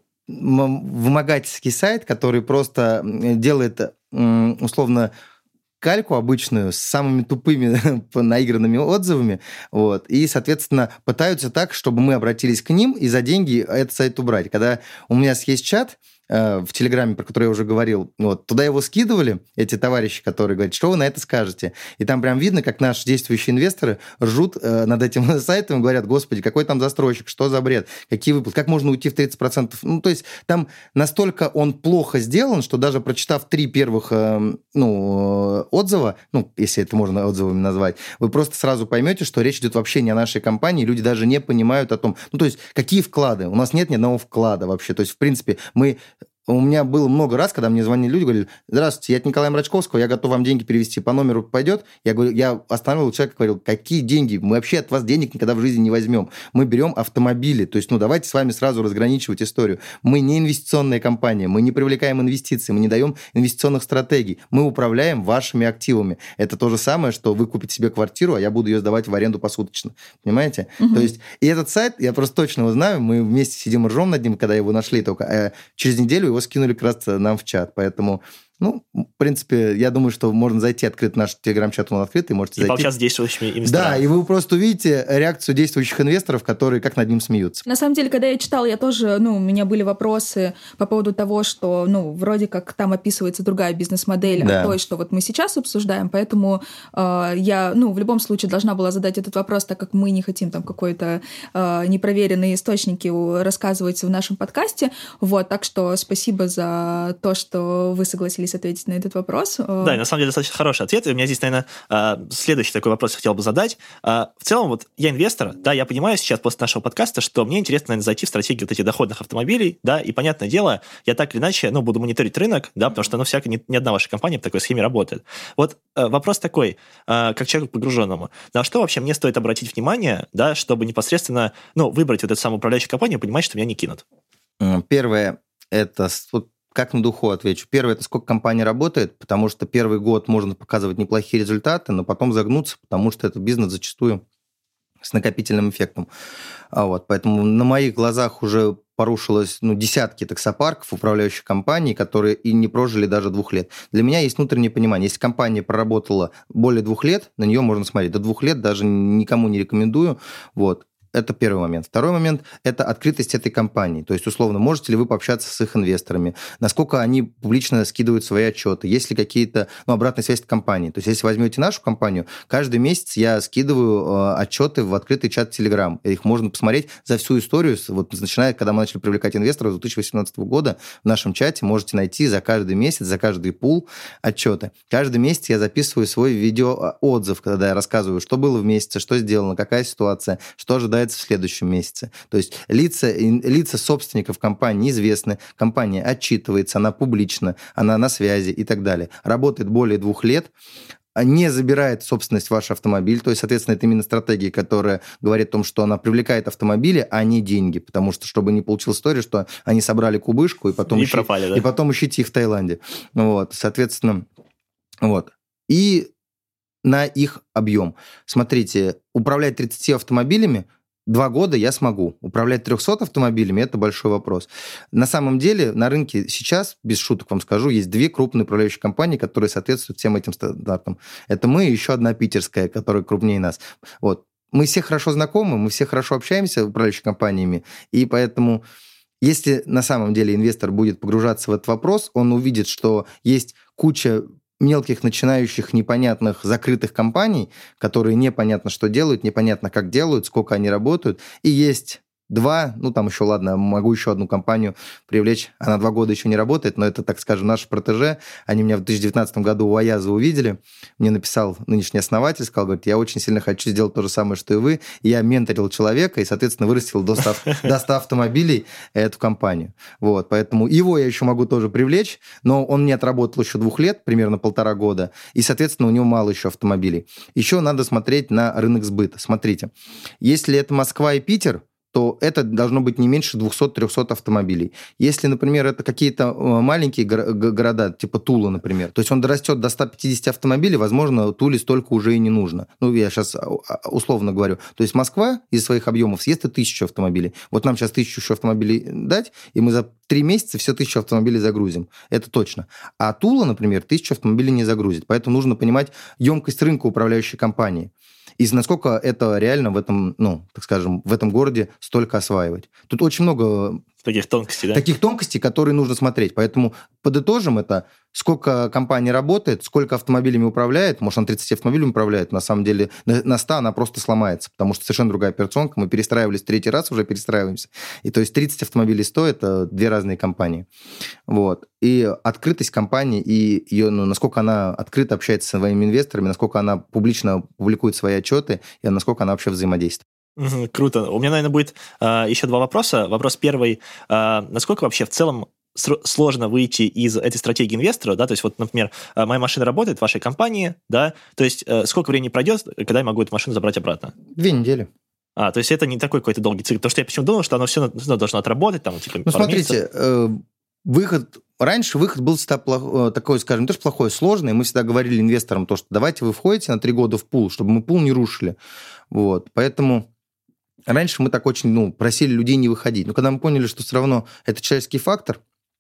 [SPEAKER 3] вымогательский сайт, который просто делает, условно, кальку обычную с самыми тупыми наигранными отзывами, вот, и, соответственно, пытаются так, чтобы мы обратились к ним и за деньги этот сайт убрать. Когда у меня есть чат в Телеграме, про который я уже говорил, вот, туда его скидывали, эти товарищи, которые говорят, что вы на это скажете. И там прям видно, как наши действующие инвесторы ржут над этим сайтом и говорят, господи, какой там застройщик, что за бред, какие выплаты, как можно уйти в 30%. То есть там настолько он плохо сделан, что даже прочитав 3 первых отзыва, если это можно отзывами назвать, вы просто сразу поймете, что речь идет вообще не о нашей компании, люди даже не понимают о том, то есть какие вклады. У нас нет ни одного вклада вообще. То есть, в принципе, мы у меня было много раз, когда мне звонили люди, говорили: здравствуйте, я от Николая Мрачковского, я готов вам деньги перевести, по номеру пойдет? Я говорю, я останавливал человека, говорил: какие деньги? Мы вообще от вас денег никогда в жизни не возьмем. Мы берем автомобили. То есть, давайте с вами сразу разграничивать историю. Мы не инвестиционная компания, мы не привлекаем инвестиции, мы не даем инвестиционных стратегий. Мы управляем вашими активами. Это то же самое, что вы купите себе квартиру, а я буду ее сдавать в аренду посуточно. Понимаете? То есть, и этот сайт, я просто точно его знаю, мы вместе сидим и ржем над ним, когда его нашли только. Через неделю его скинули как раз нам в чат. Поэтому, в принципе, я думаю, что можно зайти, открыть наш телеграм-чат, он открытый, можете зайти. И
[SPEAKER 2] пообщаться с действующими инвесторами.
[SPEAKER 3] Да, и вы просто увидите реакцию действующих инвесторов, которые как над ним смеются.
[SPEAKER 1] На самом деле, когда я читала, я тоже, у меня были вопросы по поводу того, что, вроде как там описывается другая бизнес-модель от той, что вот мы сейчас обсуждаем, поэтому я, в любом случае должна была задать этот вопрос, так как мы не хотим там какой-то непроверенные источники рассказывать в нашем подкасте. Вот, так что спасибо за то, что вы согласились ответить на этот вопрос.
[SPEAKER 2] Да, и на самом деле достаточно хороший ответ. И у меня здесь, наверное, следующий такой вопрос хотел бы задать. В целом, вот я инвестор, да, я понимаю сейчас после нашего подкаста, что мне интересно, наверное, зайти в стратегию вот этих доходных автомобилей, да, и, понятное дело, я так или иначе, буду мониторить рынок, да, потому что, всяко ни одна ваша компания в такой схеме работает. Вот вопрос такой, как человеку погруженному, на что вообще мне стоит обратить внимание, да, чтобы непосредственно, выбрать вот эту самую управляющую компанию и понимать, что меня не кинут?
[SPEAKER 3] Первое, это как на духу отвечу. Первое, это сколько компания работает, потому что первый год можно показывать неплохие результаты, но потом загнуться, потому что это бизнес зачастую с накопительным эффектом. Поэтому на моих глазах уже порушилось десятки таксопарков, управляющих компаний, которые и не прожили даже 2 лет. Для меня есть внутреннее понимание. Если компания проработала более 2 лет, на нее можно смотреть. До 2 лет даже никому не рекомендую. Это первый момент. Второй момент – это открытость этой компании. То есть, условно, можете ли вы пообщаться с их инвесторами, насколько они публично скидывают свои отчеты, есть ли какие-то, обратная связь от компании. То есть, если возьмете нашу компанию, каждый месяц я скидываю отчеты в открытый чат Telegram. Их можно посмотреть за всю историю, начиная, когда мы начали привлекать инвесторов с 2018 года, в нашем чате можете найти за каждый месяц, за каждый пул отчеты. Каждый месяц я записываю свой видеоотзыв, когда я рассказываю, что было в месяце, что сделано, какая ситуация, что ожидается в следующем месяце. То есть лица собственников компании известны, компания отчитывается, она публична, она на связи и так далее. Работает более 2 лет, не забирает собственность ваш автомобиль, то есть, соответственно, это именно стратегия, которая говорит о том, что она привлекает автомобили, а не деньги, потому что, чтобы не получилась история, что они собрали кубышку и потом,
[SPEAKER 2] пропали, да?
[SPEAKER 3] И потом ищите их в Таиланде. Соответственно, И на их объем. Смотрите, управлять 30 автомобилями 2 года я смогу. Управлять 300 автомобилями – это большой вопрос. На самом деле на рынке сейчас, без шуток вам скажу, есть 2 крупные управляющие компании, которые соответствуют всем этим стандартам. Это мы и еще одна питерская, которая крупнее нас. Мы все хорошо знакомы, мы все хорошо общаемся с управляющими компаниями, и поэтому если на самом деле инвестор будет погружаться в этот вопрос, он увидит, что есть куча мелких, начинающих, непонятных, закрытых компаний, которые непонятно, что делают, непонятно, как делают, сколько они работают. И есть 2, там еще, ладно, могу еще одну компанию привлечь. Она 2 года еще не работает, но это, так скажем, наши протеже. Они меня в 2019 году у Аяза увидели. Мне написал нынешний основатель, сказал, говорит, я очень сильно хочу сделать то же самое, что и вы. И я менторил человека и, соответственно, вырастил до 100 автомобилей эту компанию. Поэтому его я еще могу тоже привлечь, но он не отработал еще 2 лет, примерно 1,5 года, и, соответственно, у него мало еще автомобилей. Еще надо смотреть на рынок сбыта. Смотрите, если это Москва и Питер, то это должно быть не меньше 200-300 автомобилей. Если, например, это какие-то маленькие города, типа Тула, например, то есть он дорастет до 150 автомобилей, возможно, Туле столько уже и не нужно. Я сейчас условно говорю. То есть Москва из своих объемов съест 1000 автомобилей. Нам сейчас 1000 еще автомобилей дать, и мы за 3 месяца все 1000 автомобилей загрузим. Это точно. А Тула, например, 1000 автомобилей не загрузит. Поэтому нужно понимать емкость рынка управляющей компании. И насколько это реально в этом, так скажем, в этом городе столько осваивать. Тут очень много
[SPEAKER 2] таких тонкостей, да?
[SPEAKER 3] Таких тонкостей, которые нужно смотреть. Поэтому подытожим это, сколько компания работает, сколько автомобилями управляет. Может, она 30 автомобилями управляет, на самом деле на 100 она просто сломается, потому что совершенно другая операционка. Мы перестраивались 3-й раз, уже перестраиваемся. И то есть 30 автомобилей 100 – это 2 разные компании. И открытость компании, и ее, насколько она открыто общается с своими инвесторами, насколько она публично публикует свои отчеты, и насколько она вообще взаимодействует.
[SPEAKER 2] Круто. У меня, наверное, будет еще 2 вопроса. Вопрос первый. Насколько вообще в целом сложно выйти из этой стратегии инвестора, да, то есть вот, например, моя машина работает в вашей компании, да, то есть сколько времени пройдет, когда я могу эту машину забрать обратно?
[SPEAKER 3] 2 недели.
[SPEAKER 2] То есть это не такой какой-то долгий цикл, потому что я почему думал, что оно все должно отработать, там, типа,
[SPEAKER 3] ну, смотрите, раньше выход был всегда такой, скажем, тоже плохой, сложный. Мы всегда говорили инвесторам то, что давайте вы входите на 3 года в пул, чтобы мы пул не рушили. Вот, поэтому раньше мы так очень, просили людей не выходить. Но когда мы поняли, что все равно это человеческий фактор,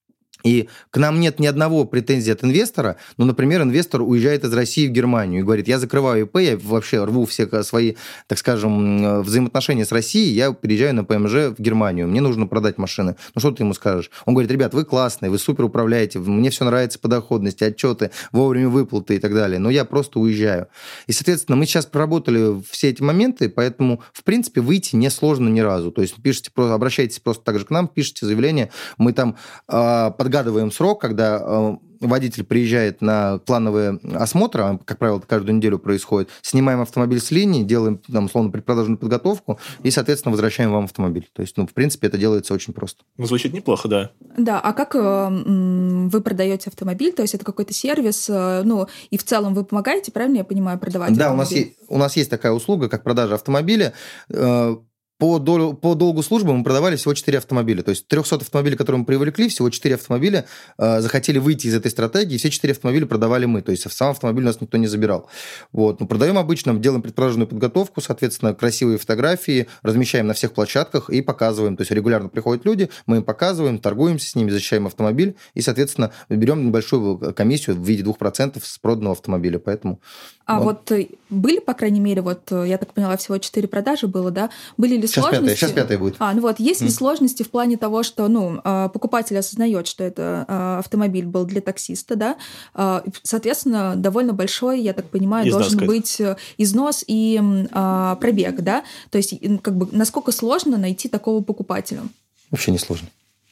[SPEAKER 3] и к нам нет ни одного претензии от инвестора, например, инвестор уезжает из России в Германию и говорит, я закрываю ИП, я вообще рву все свои, так скажем, взаимоотношения с Россией, я переезжаю на ПМЖ в Германию, мне нужно продать машины. Что ты ему скажешь? Он говорит, ребят, вы классные, вы супер управляете, мне все нравится по доходности, отчеты, вовремя выплаты и так далее, но я просто уезжаю. И, соответственно, мы сейчас проработали все эти моменты, поэтому, в принципе, выйти несложно ни разу. То есть пишите, обращайтесь просто так же к нам, пишите заявление, мы там подгадываем срок, когда водитель приезжает на плановые осмотры, как правило, это каждую неделю происходит, снимаем автомобиль с линии, делаем, там, условно, предпродажную подготовку и, соответственно, возвращаем вам автомобиль. То есть, в принципе, это делается очень просто.
[SPEAKER 2] Звучит неплохо, да.
[SPEAKER 1] Да, а как вы продаете автомобиль? То есть это какой-то сервис, и в целом вы помогаете, правильно я понимаю, продавать автомобиль?
[SPEAKER 3] Да, у нас есть такая услуга, как продажа автомобиля. По долгу службы мы продавали всего 4 автомобиля. То есть 300 автомобилей, которые мы привлекли, всего 4 автомобиля захотели выйти из этой стратегии, и все 4 автомобиля продавали мы. То есть сам автомобиль у нас никто не забирал. Вот. Продаем обычно, делаем предпродажную подготовку, соответственно, красивые фотографии, размещаем на всех площадках и показываем. То есть регулярно приходят люди, мы им показываем, торгуемся с ними, защищаем автомобиль и, соответственно, берем небольшую комиссию в виде 2% с проданного автомобиля. Поэтому...
[SPEAKER 1] вот были, по крайней мере, я так поняла, всего 4 продажи было, да? Были ли сложности?
[SPEAKER 3] Сейчас 5 будет.
[SPEAKER 1] Есть ли сложности в плане того, что, покупатель осознает, что это автомобиль был для таксиста, да? Соответственно, довольно большой, я так понимаю, должен быть износ и пробег, да? То есть, насколько сложно найти такого покупателя?
[SPEAKER 3] Вообще не сложно.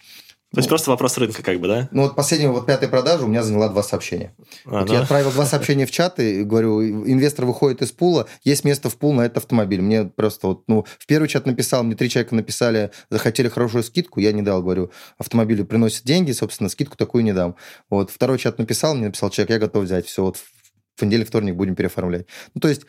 [SPEAKER 2] То есть просто вопрос рынка, да?
[SPEAKER 3] Последняя 5-я продажа у меня заняла 2 сообщения. Я отправил 2 сообщения в чат и говорю, инвестор выходит из пула, есть место в пул на этот автомобиль. Мне просто в первый чат написал, мне 3 человека написали, захотели хорошую скидку, я не дал, говорю, автомобили приносят деньги, собственно, скидку такую не дам. Второй чат написал, мне написал человек, я готов взять, все, в понедельник, вторник будем переоформлять. То есть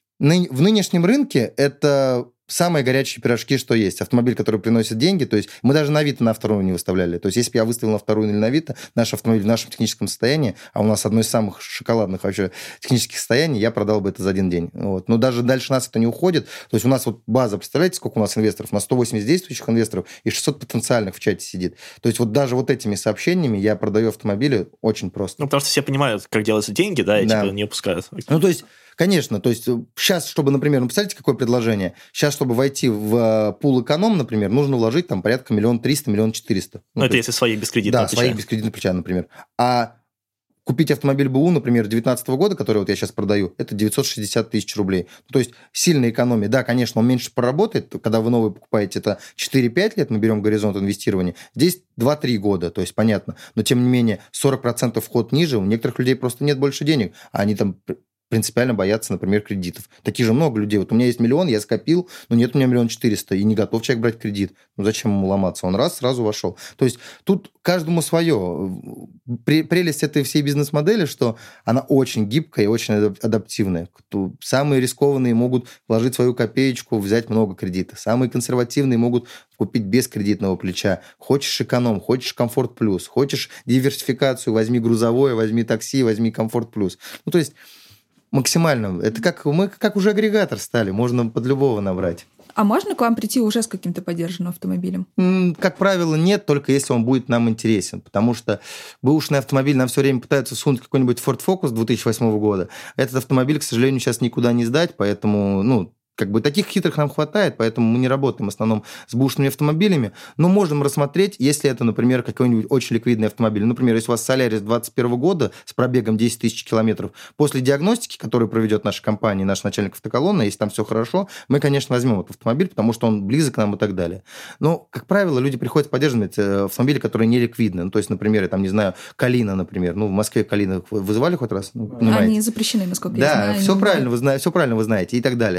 [SPEAKER 3] в нынешнем рынке это... Самые горячие пирожки, что есть. Автомобиль, который приносит деньги. То есть мы даже на Авито на вторую не выставляли. То есть если бы я выставил на вторую или на Авито наш автомобиль в нашем техническом состоянии, а у нас одно из самых шоколадных вообще технических состояний, я продал бы это за 1 день. Но даже дальше нас это не уходит. То есть у нас база, представляете, сколько у нас инвесторов? У нас 180 действующих инвесторов и 600 потенциальных в чате сидит. То есть даже этими сообщениями я продаю автомобили очень просто.
[SPEAKER 2] Потому что все понимают, как делаются деньги, да, и не упускают.
[SPEAKER 3] То есть... Конечно, то есть сейчас, чтобы, например, представляете, какое предложение? Сейчас, чтобы войти в пул эконом, например, нужно вложить там порядка 1 300 000 1 400 000.
[SPEAKER 2] Это если своих бескредитных плеча.
[SPEAKER 3] Да, своих бескредитных плеча, например. А купить автомобиль БУ, например, 2019 года, который я сейчас продаю, это 960 000 рублей. То есть сильная экономия. Да, конечно, он меньше проработает. Когда вы новый покупаете, это 4-5 лет, мы берем горизонт инвестирования. Здесь 2-3 года, то есть понятно. Но, тем не менее, 40% вход ниже. У некоторых людей просто нет больше денег, а они там... принципиально боятся, например, кредитов. Таких же много людей. У меня есть 1 000 000, я скопил, но нет у меня 1 400 000, и не готов человек брать кредит. Зачем ему ломаться? Он сразу вошел. То есть тут каждому свое. Прелесть этой всей бизнес-модели, что она очень гибкая и очень адаптивная. Самые рискованные могут вложить свою копеечку, взять много кредита. Самые консервативные могут купить без кредитного плеча. Хочешь эконом, хочешь комфорт плюс, хочешь диверсификацию, возьми грузовое, возьми такси, возьми комфорт плюс. То есть максимально. Это мы как уже агрегатор стали, можно под любого набрать.
[SPEAKER 1] А можно к вам прийти уже с каким-то подержанным автомобилем?
[SPEAKER 3] Как правило, нет, только если он будет нам интересен, потому что бэушный автомобиль нам все время пытаются всунуть какой-нибудь Ford Focus 2008 года. Этот автомобиль, к сожалению, сейчас никуда не сдать, поэтому, таких хитрых нам хватает, поэтому мы не работаем в основном с бэушными автомобилями, но можем рассмотреть, если это, например, какой-нибудь очень ликвидный автомобиль. Например, если у вас Solaris 2021 года с пробегом 10 000 километров, после диагностики, которую проведет наша компания, наш начальник автоколонны, если там все хорошо, мы, конечно, возьмем этот автомобиль, потому что он близок к нам и так далее. Но, как правило, люди приходят поддерживать автомобили, которые не ликвидны. То есть, например, Калина, например. В Москве Калина вызывали хоть раз?
[SPEAKER 1] Они запрещены, насколько я знаю.
[SPEAKER 3] Да, все правильно вы знаете и так далее. То есть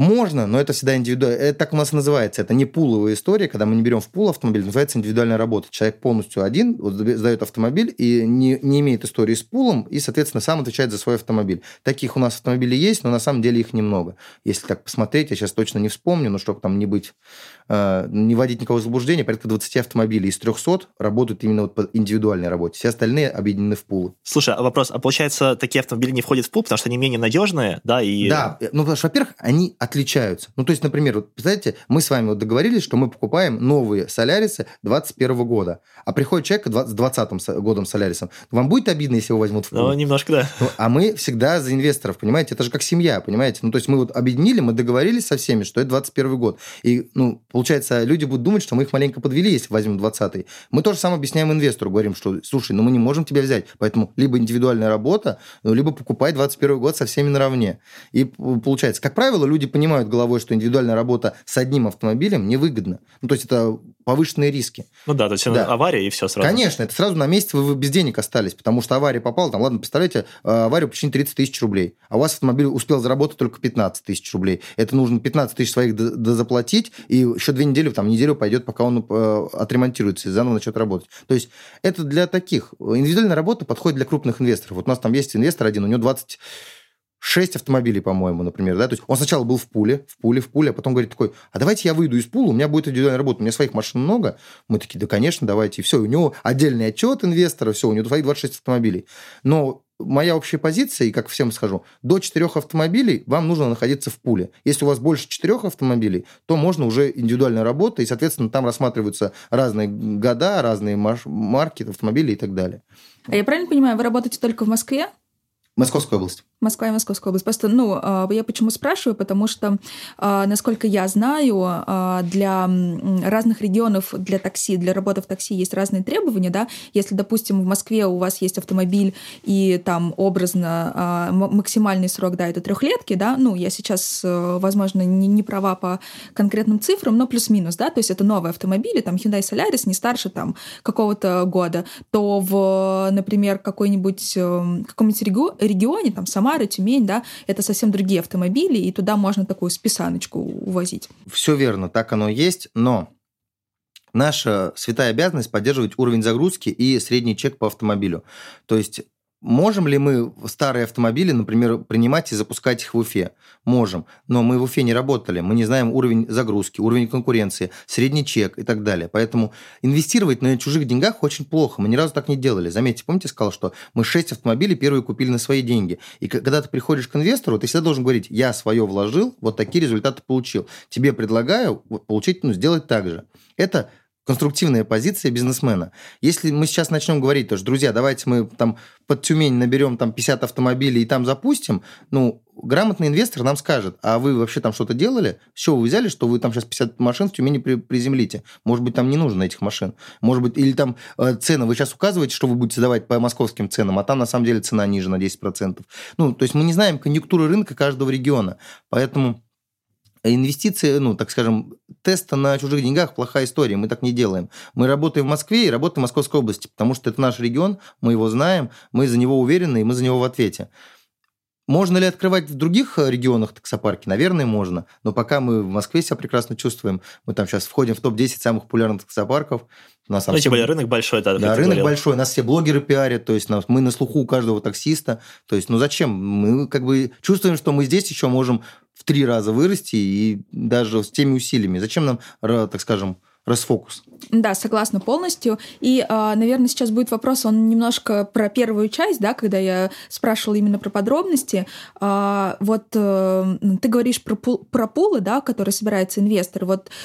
[SPEAKER 3] Можно, но это всегда индивидуально. Это так у нас и называется. Это не пуловая история, когда мы не берем в пул автомобиль, называется индивидуальная работа. Человек полностью один вот, сдает автомобиль и не имеет истории с пулом, и, соответственно, сам отвечает за свой автомобиль. Таких у нас автомобилей есть, но на самом деле их немного. Если так посмотреть, я сейчас точно не вспомню, но чтобы там не быть, не вводить никого в заблуждение, порядка 20 автомобилей из 300 работают именно вот по индивидуальной работе. Все остальные объединены в пулы.
[SPEAKER 2] Слушай, а вопрос, а получается, такие автомобили не входят в пул, потому что они менее надежные, да? И...
[SPEAKER 3] Да, ну, потому что, во-первых, они отличаются. Ну, то есть, например, вот, представляете, мы с вами вот договорились, что мы покупаем новые Солярисы 2021 года, а приходит человек с 2020 годом Солярисом. Вам будет обидно, если его возьмут в пул?
[SPEAKER 2] Ну, немножко, да.
[SPEAKER 3] Ну, а мы всегда за инвесторов, понимаете? Это же как семья, понимаете? Ну, то есть, мы вот объединили, мы договорились со всеми, что это 2021 год. И, ну, получается, люди будут думать, что мы их маленько подвели, если возьмем 2020. Мы тоже самое объясняем инвестору, говорим, что, слушай, ну, мы не можем тебя взять, поэтому либо индивидуальная работа, либо покупай 2021 год со всеми наравне. И получается, как правило, люди понимают головой, что индивидуальная работа с одним автомобилем невыгодна. Ну, то есть, это повышенные риски.
[SPEAKER 2] Ну да, то есть
[SPEAKER 3] да.
[SPEAKER 2] Авария и все сразу.
[SPEAKER 3] Конечно, это сразу на месяц вы без денег остались, потому что авария попала, там, ладно, представляете, аварию почти 30 тысяч рублей, а у вас автомобиль успел заработать только 15 тысяч рублей. Это нужно 15 тысяч своих дозаплатить, и еще 2 недели, там, неделю пойдет, пока он отремонтируется и заново начнет работать. То есть, это для таких. Индивидуальная работа подходит для крупных инвесторов. Вот у нас там есть инвестор один, у него 26 автомобилей, по-моему, например, да, то есть он сначала был в пуле, а потом говорит такой, а давайте я выйду из пула, у меня будет индивидуальная работа, у меня своих машин много, мы такие, да, конечно, давайте, и все, у него отдельный отчет инвестора, все, у него свои 26 автомобилей, но моя общая позиция, и как всем скажу, до 4 автомобилей вам нужно находиться в пуле. Если у вас больше 4 автомобилей, то можно уже индивидуальная работа, и, соответственно, там рассматриваются разные года, разные марки автомобилей и так далее.
[SPEAKER 1] А я правильно понимаю, вы работаете только в Москве?
[SPEAKER 3] Московская область.
[SPEAKER 1] Москва и Московская область. Просто, я почему спрашиваю, потому что, насколько я знаю, для разных регионов, для такси, для работы в такси есть разные требования, да. Если, допустим, в Москве у вас есть автомобиль, и там образно максимальный срок, да, это 3-летки, да, я сейчас, возможно, не права по конкретным цифрам, но плюс-минус, да, то есть это новые автомобили, там Hyundai Solaris не старше там какого-то года, то например, каком-нибудь регионе, там, Самара, Тюмень, да, это совсем другие автомобили, и туда можно такую списаночку увозить.
[SPEAKER 3] Все верно, так оно есть, но наша святая обязанность поддерживать уровень загрузки и средний чек по автомобилю. То есть можем ли мы старые автомобили, например, принимать и запускать их в Уфе? Можем, но мы в Уфе не работали, мы не знаем уровень загрузки, уровень конкуренции, средний чек и так далее. Поэтому инвестировать на чужих деньгах очень плохо. Мы ни разу так не делали. Заметьте, помните, я сказал, что мы 6 автомобилей первые купили на свои деньги. И когда ты приходишь к инвестору, ты всегда должен говорить, я свое вложил, вот такие результаты получил. Тебе предлагаю получить, сделать так же. Это конструктивная позиция бизнесмена. Если мы сейчас начнем говорить, то что, друзья, давайте мы там под Тюмень наберем там 50 автомобилей и там запустим, грамотный инвестор нам скажет, а вы вообще там что-то делали? С чего вы взяли, что вы там сейчас 50 машин в Тюмени приземлите? Может быть, там не нужно этих машин. Может быть, или там цены. Вы сейчас указываете, что вы будете давать по московским ценам, а там на самом деле цена ниже на 10%. То есть мы не знаем конъюнктуры рынка каждого региона. Поэтому инвестиции, так скажем, теста на чужих деньгах – плохая история, мы так не делаем. Мы работаем в Москве и работаем в Московской области, потому что это наш регион, мы его знаем, мы за него уверены, и мы за него в ответе. Можно ли открывать в других регионах таксопарки? Наверное, можно. Но пока мы в Москве себя прекрасно чувствуем, мы там сейчас входим в топ-10 самых популярных таксопарков.
[SPEAKER 2] Тем более рынок большой. Да,
[SPEAKER 3] рынок большой, нас все блогеры пиарят, то есть мы на слуху у каждого таксиста. То есть, зачем? Мы чувствуем, что мы здесь еще можем в 3 раза вырасти, и даже с теми усилиями. Зачем нам, так скажем, расфокус?
[SPEAKER 1] Да, согласна полностью. И, наверное, сейчас будет вопрос, он немножко про первую часть, да, когда я спрашивала именно про подробности. Ты говоришь про пулы, да, которые собирается инвестор.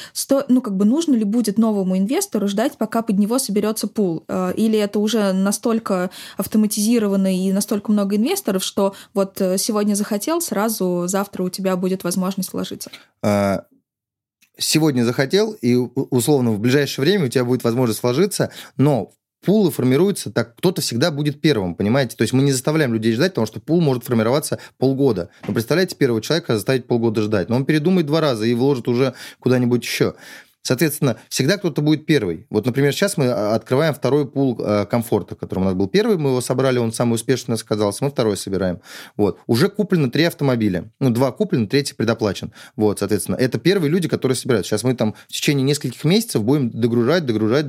[SPEAKER 1] Нужно ли будет новому инвестору ждать, пока под него соберется пул? Или это уже настолько автоматизировано и настолько много инвесторов, что сегодня захотел, сразу завтра у тебя будет возможность вложиться?
[SPEAKER 3] Сегодня захотел, и условно в ближайшее время у тебя будет возможность вложиться, но пулы формируются так, кто-то всегда будет первым, понимаете? То есть мы не заставляем людей ждать, потому что пул может формироваться полгода. Но представляете, первого человека заставить полгода ждать, но он передумает 2 раза и вложит уже куда-нибудь еще. Соответственно, всегда кто-то будет первый. Вот, например, сейчас мы открываем второй пул комфорта, который у нас был первый, мы его собрали, он самый успешный оказался, мы второй собираем. Вот. Уже куплено 3 автомобиля. 2 куплены, 3 предоплачен. Вот, соответственно, это первые люди, которые собирают. Сейчас мы там в течение нескольких месяцев будем догружать,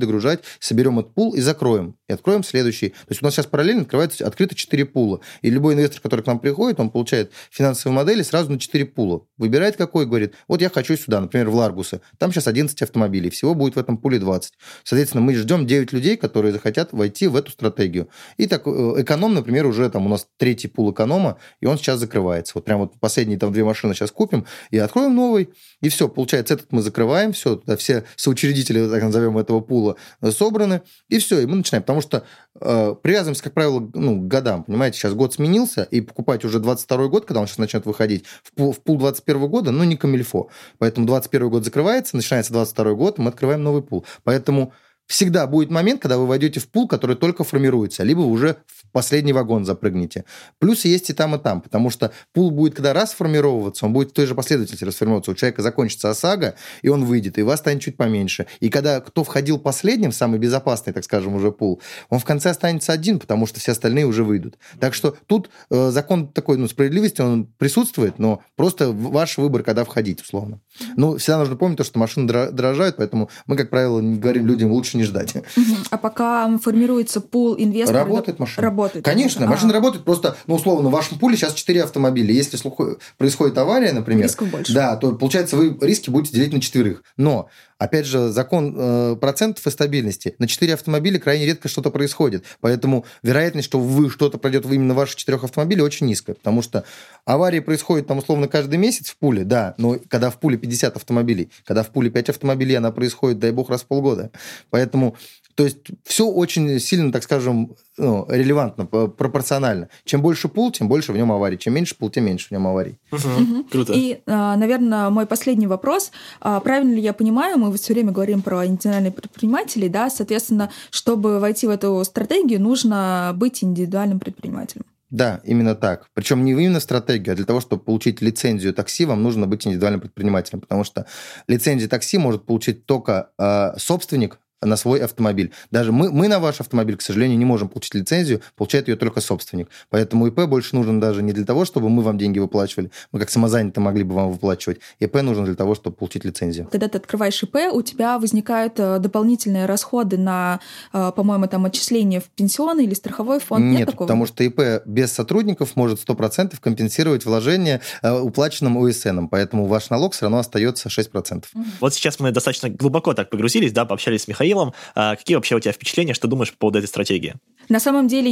[SPEAKER 3] соберем этот пул и закроем. И откроем следующий. То есть у нас сейчас параллельно открыто 4 пула. И любой инвестор, который к нам приходит, он получает финансовые модели сразу на 4 пула. Выбирает какой, говорит, вот я хочу сюда, например, в Ларгусы. Там сейчас 11 автомобилей, всего будет в этом пуле 20. Соответственно, мы ждем 9 людей, которые захотят войти в эту стратегию. И так эконом, например, уже там у нас 3-й пул эконома, и он сейчас закрывается. Вот прям вот последние там 2 машины сейчас купим и откроем новый, и все, получается, этот мы закрываем, все, все соучредители, так назовем, этого пула собраны, и все, и мы начинаем. Потому что привязываемся, как правило, к годам. Понимаете, сейчас год сменился, и покупать уже 22 год, когда он сейчас начнет выходить, в пул 21 года, не камильфо. Поэтому 21 год закрывается, начинается 22 год, мы открываем новый пул. Поэтому всегда будет момент, когда вы войдете в пул, который только формируется, либо вы уже в последний вагон запрыгнете. Плюсы есть и там, потому что пул будет, когда раз формировываться, он будет в той же последовательности расформироваться. У человека закончится ОСАГО, и он выйдет, и вас станет чуть поменьше. И когда кто входил последним, самый безопасный, так скажем, уже пул, он в конце останется один, потому что все остальные уже выйдут. Так что тут закон такой, справедливости, он присутствует, но просто ваш выбор, когда входить, условно. Всегда нужно помнить то, что машины дорожают, поэтому мы, как правило, говорим людям, лучше не ждать.
[SPEAKER 1] А пока формируется пул инвесторов...
[SPEAKER 3] Работает машина.
[SPEAKER 1] Работает.
[SPEAKER 3] Конечно, машина работает. Просто, условно, в вашем пуле сейчас 4 автомобиля. Если происходит авария, например...
[SPEAKER 1] Рисков больше.
[SPEAKER 3] Да, то, получается, вы риски будете делить на 4. Но, опять же, закон процентов и стабильности. На 4 автомобиля крайне редко что-то происходит. Поэтому вероятность, что что-то пройдет именно в ваших 4 автомобилях, очень низкая. Потому что аварии происходят, условно, каждый месяц в пуле, да, но когда в пуле 50 автомобилей, когда в пуле 5 автомобилей, она происходит, дай бог, раз в полгода. Поэтому, то есть, все очень сильно, так скажем, релевантно, пропорционально. Чем больше пул, тем больше в нем аварий. Чем меньше пул, тем меньше в нем аварий.
[SPEAKER 2] Круто.
[SPEAKER 1] И, наверное, мой последний вопрос. Правильно ли я понимаю, мы все время говорим про индивидуальных предпринимателей, да, соответственно, чтобы войти в эту стратегию, нужно быть индивидуальным предпринимателем.
[SPEAKER 3] Да, именно так. Причем не именно стратегию, а для того, чтобы получить лицензию такси, вам нужно быть индивидуальным предпринимателем, потому что лицензию такси может получить только собственник на свой автомобиль. Даже мы на ваш автомобиль, к сожалению, не можем получить лицензию, получает ее только собственник. Поэтому ИП больше нужен даже не для того, чтобы мы вам деньги выплачивали, мы как самозанятые могли бы вам выплачивать. ИП нужен для того, чтобы получить лицензию.
[SPEAKER 1] Когда ты открываешь ИП, у тебя возникают дополнительные расходы на, по-моему, там отчисления в пенсионный или страховой фонд?
[SPEAKER 3] Нет,
[SPEAKER 1] такого?
[SPEAKER 3] Потому что ИП без сотрудников может 100% компенсировать вложение уплаченным ОСН, поэтому ваш налог все равно остается 6%.
[SPEAKER 2] Вот сейчас мы достаточно глубоко так погрузились, да, пообщались с Михаилом. Какие вообще у тебя впечатления, что думаешь по поводу этой стратегии?
[SPEAKER 1] На самом деле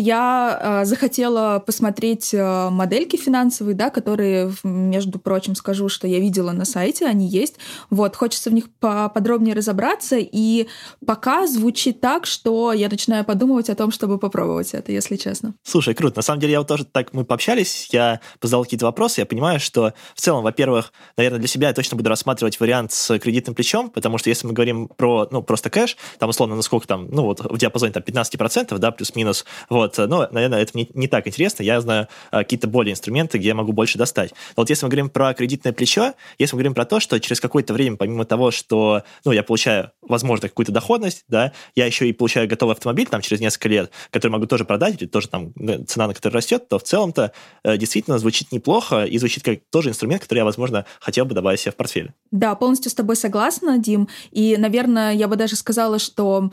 [SPEAKER 1] я захотела посмотреть модельки финансовые, да, которые, между прочим, скажу, что я видела на сайте, они есть. Вот, хочется в них поподробнее разобраться, и пока звучит так, что я начинаю подумывать о том, чтобы попробовать это, если честно.
[SPEAKER 2] Слушай, круто. На самом деле, я вот тоже так, мы пообщались, я задал какие-то вопросы, я понимаю, что в целом, во-первых, наверное, для себя я точно буду рассматривать вариант с кредитным плечом, потому что если мы говорим про, просто кэш, там, условно, насколько там, вот в диапазоне там 15%, да, плюс-минус, вот, наверное, это мне не так интересно, я знаю какие-то более инструменты, где я могу больше достать. Но вот если мы говорим про кредитное плечо, если мы говорим про то, что через какое-то время, помимо того, что, я получаю, возможно, какую-то доходность, да, я еще и получаю готовый автомобиль там через несколько лет, который могу тоже продать, или тоже там цена на который растет, то в целом-то действительно звучит неплохо и звучит как тоже инструмент, который я, возможно, хотел бы добавить себе в портфель.
[SPEAKER 1] Да, полностью с тобой согласна, Дим, и, наверное, я бы даже сказала, что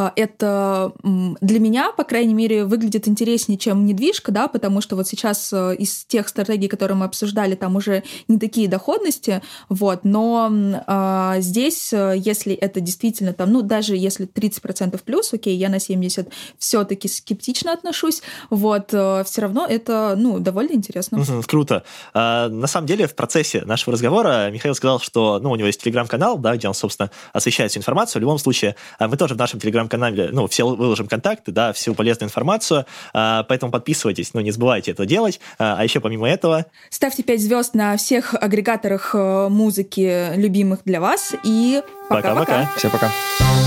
[SPEAKER 1] это для меня, по крайней мере, выглядит интереснее, чем недвижка, да, потому что вот сейчас из тех стратегий, которые мы обсуждали, там уже не такие доходности, вот, но здесь, если это действительно там, даже если 30% плюс, окей, я на 70% все-таки скептично отношусь, вот, все равно это, довольно интересно.
[SPEAKER 2] Круто. На самом деле, в процессе нашего разговора Михаил сказал, что, у него есть телеграм-канал, да, где он, собственно, освещает всю информацию. В любом случае, мы тоже в нашем телеграм-канале, все выложим контакты, да, всю полезную информацию, поэтому подписывайтесь, не забывайте это делать. А еще помимо этого...
[SPEAKER 1] Ставьте 5 звезд на всех агрегаторах музыки, любимых для вас, и пока-пока.
[SPEAKER 3] Всем пока.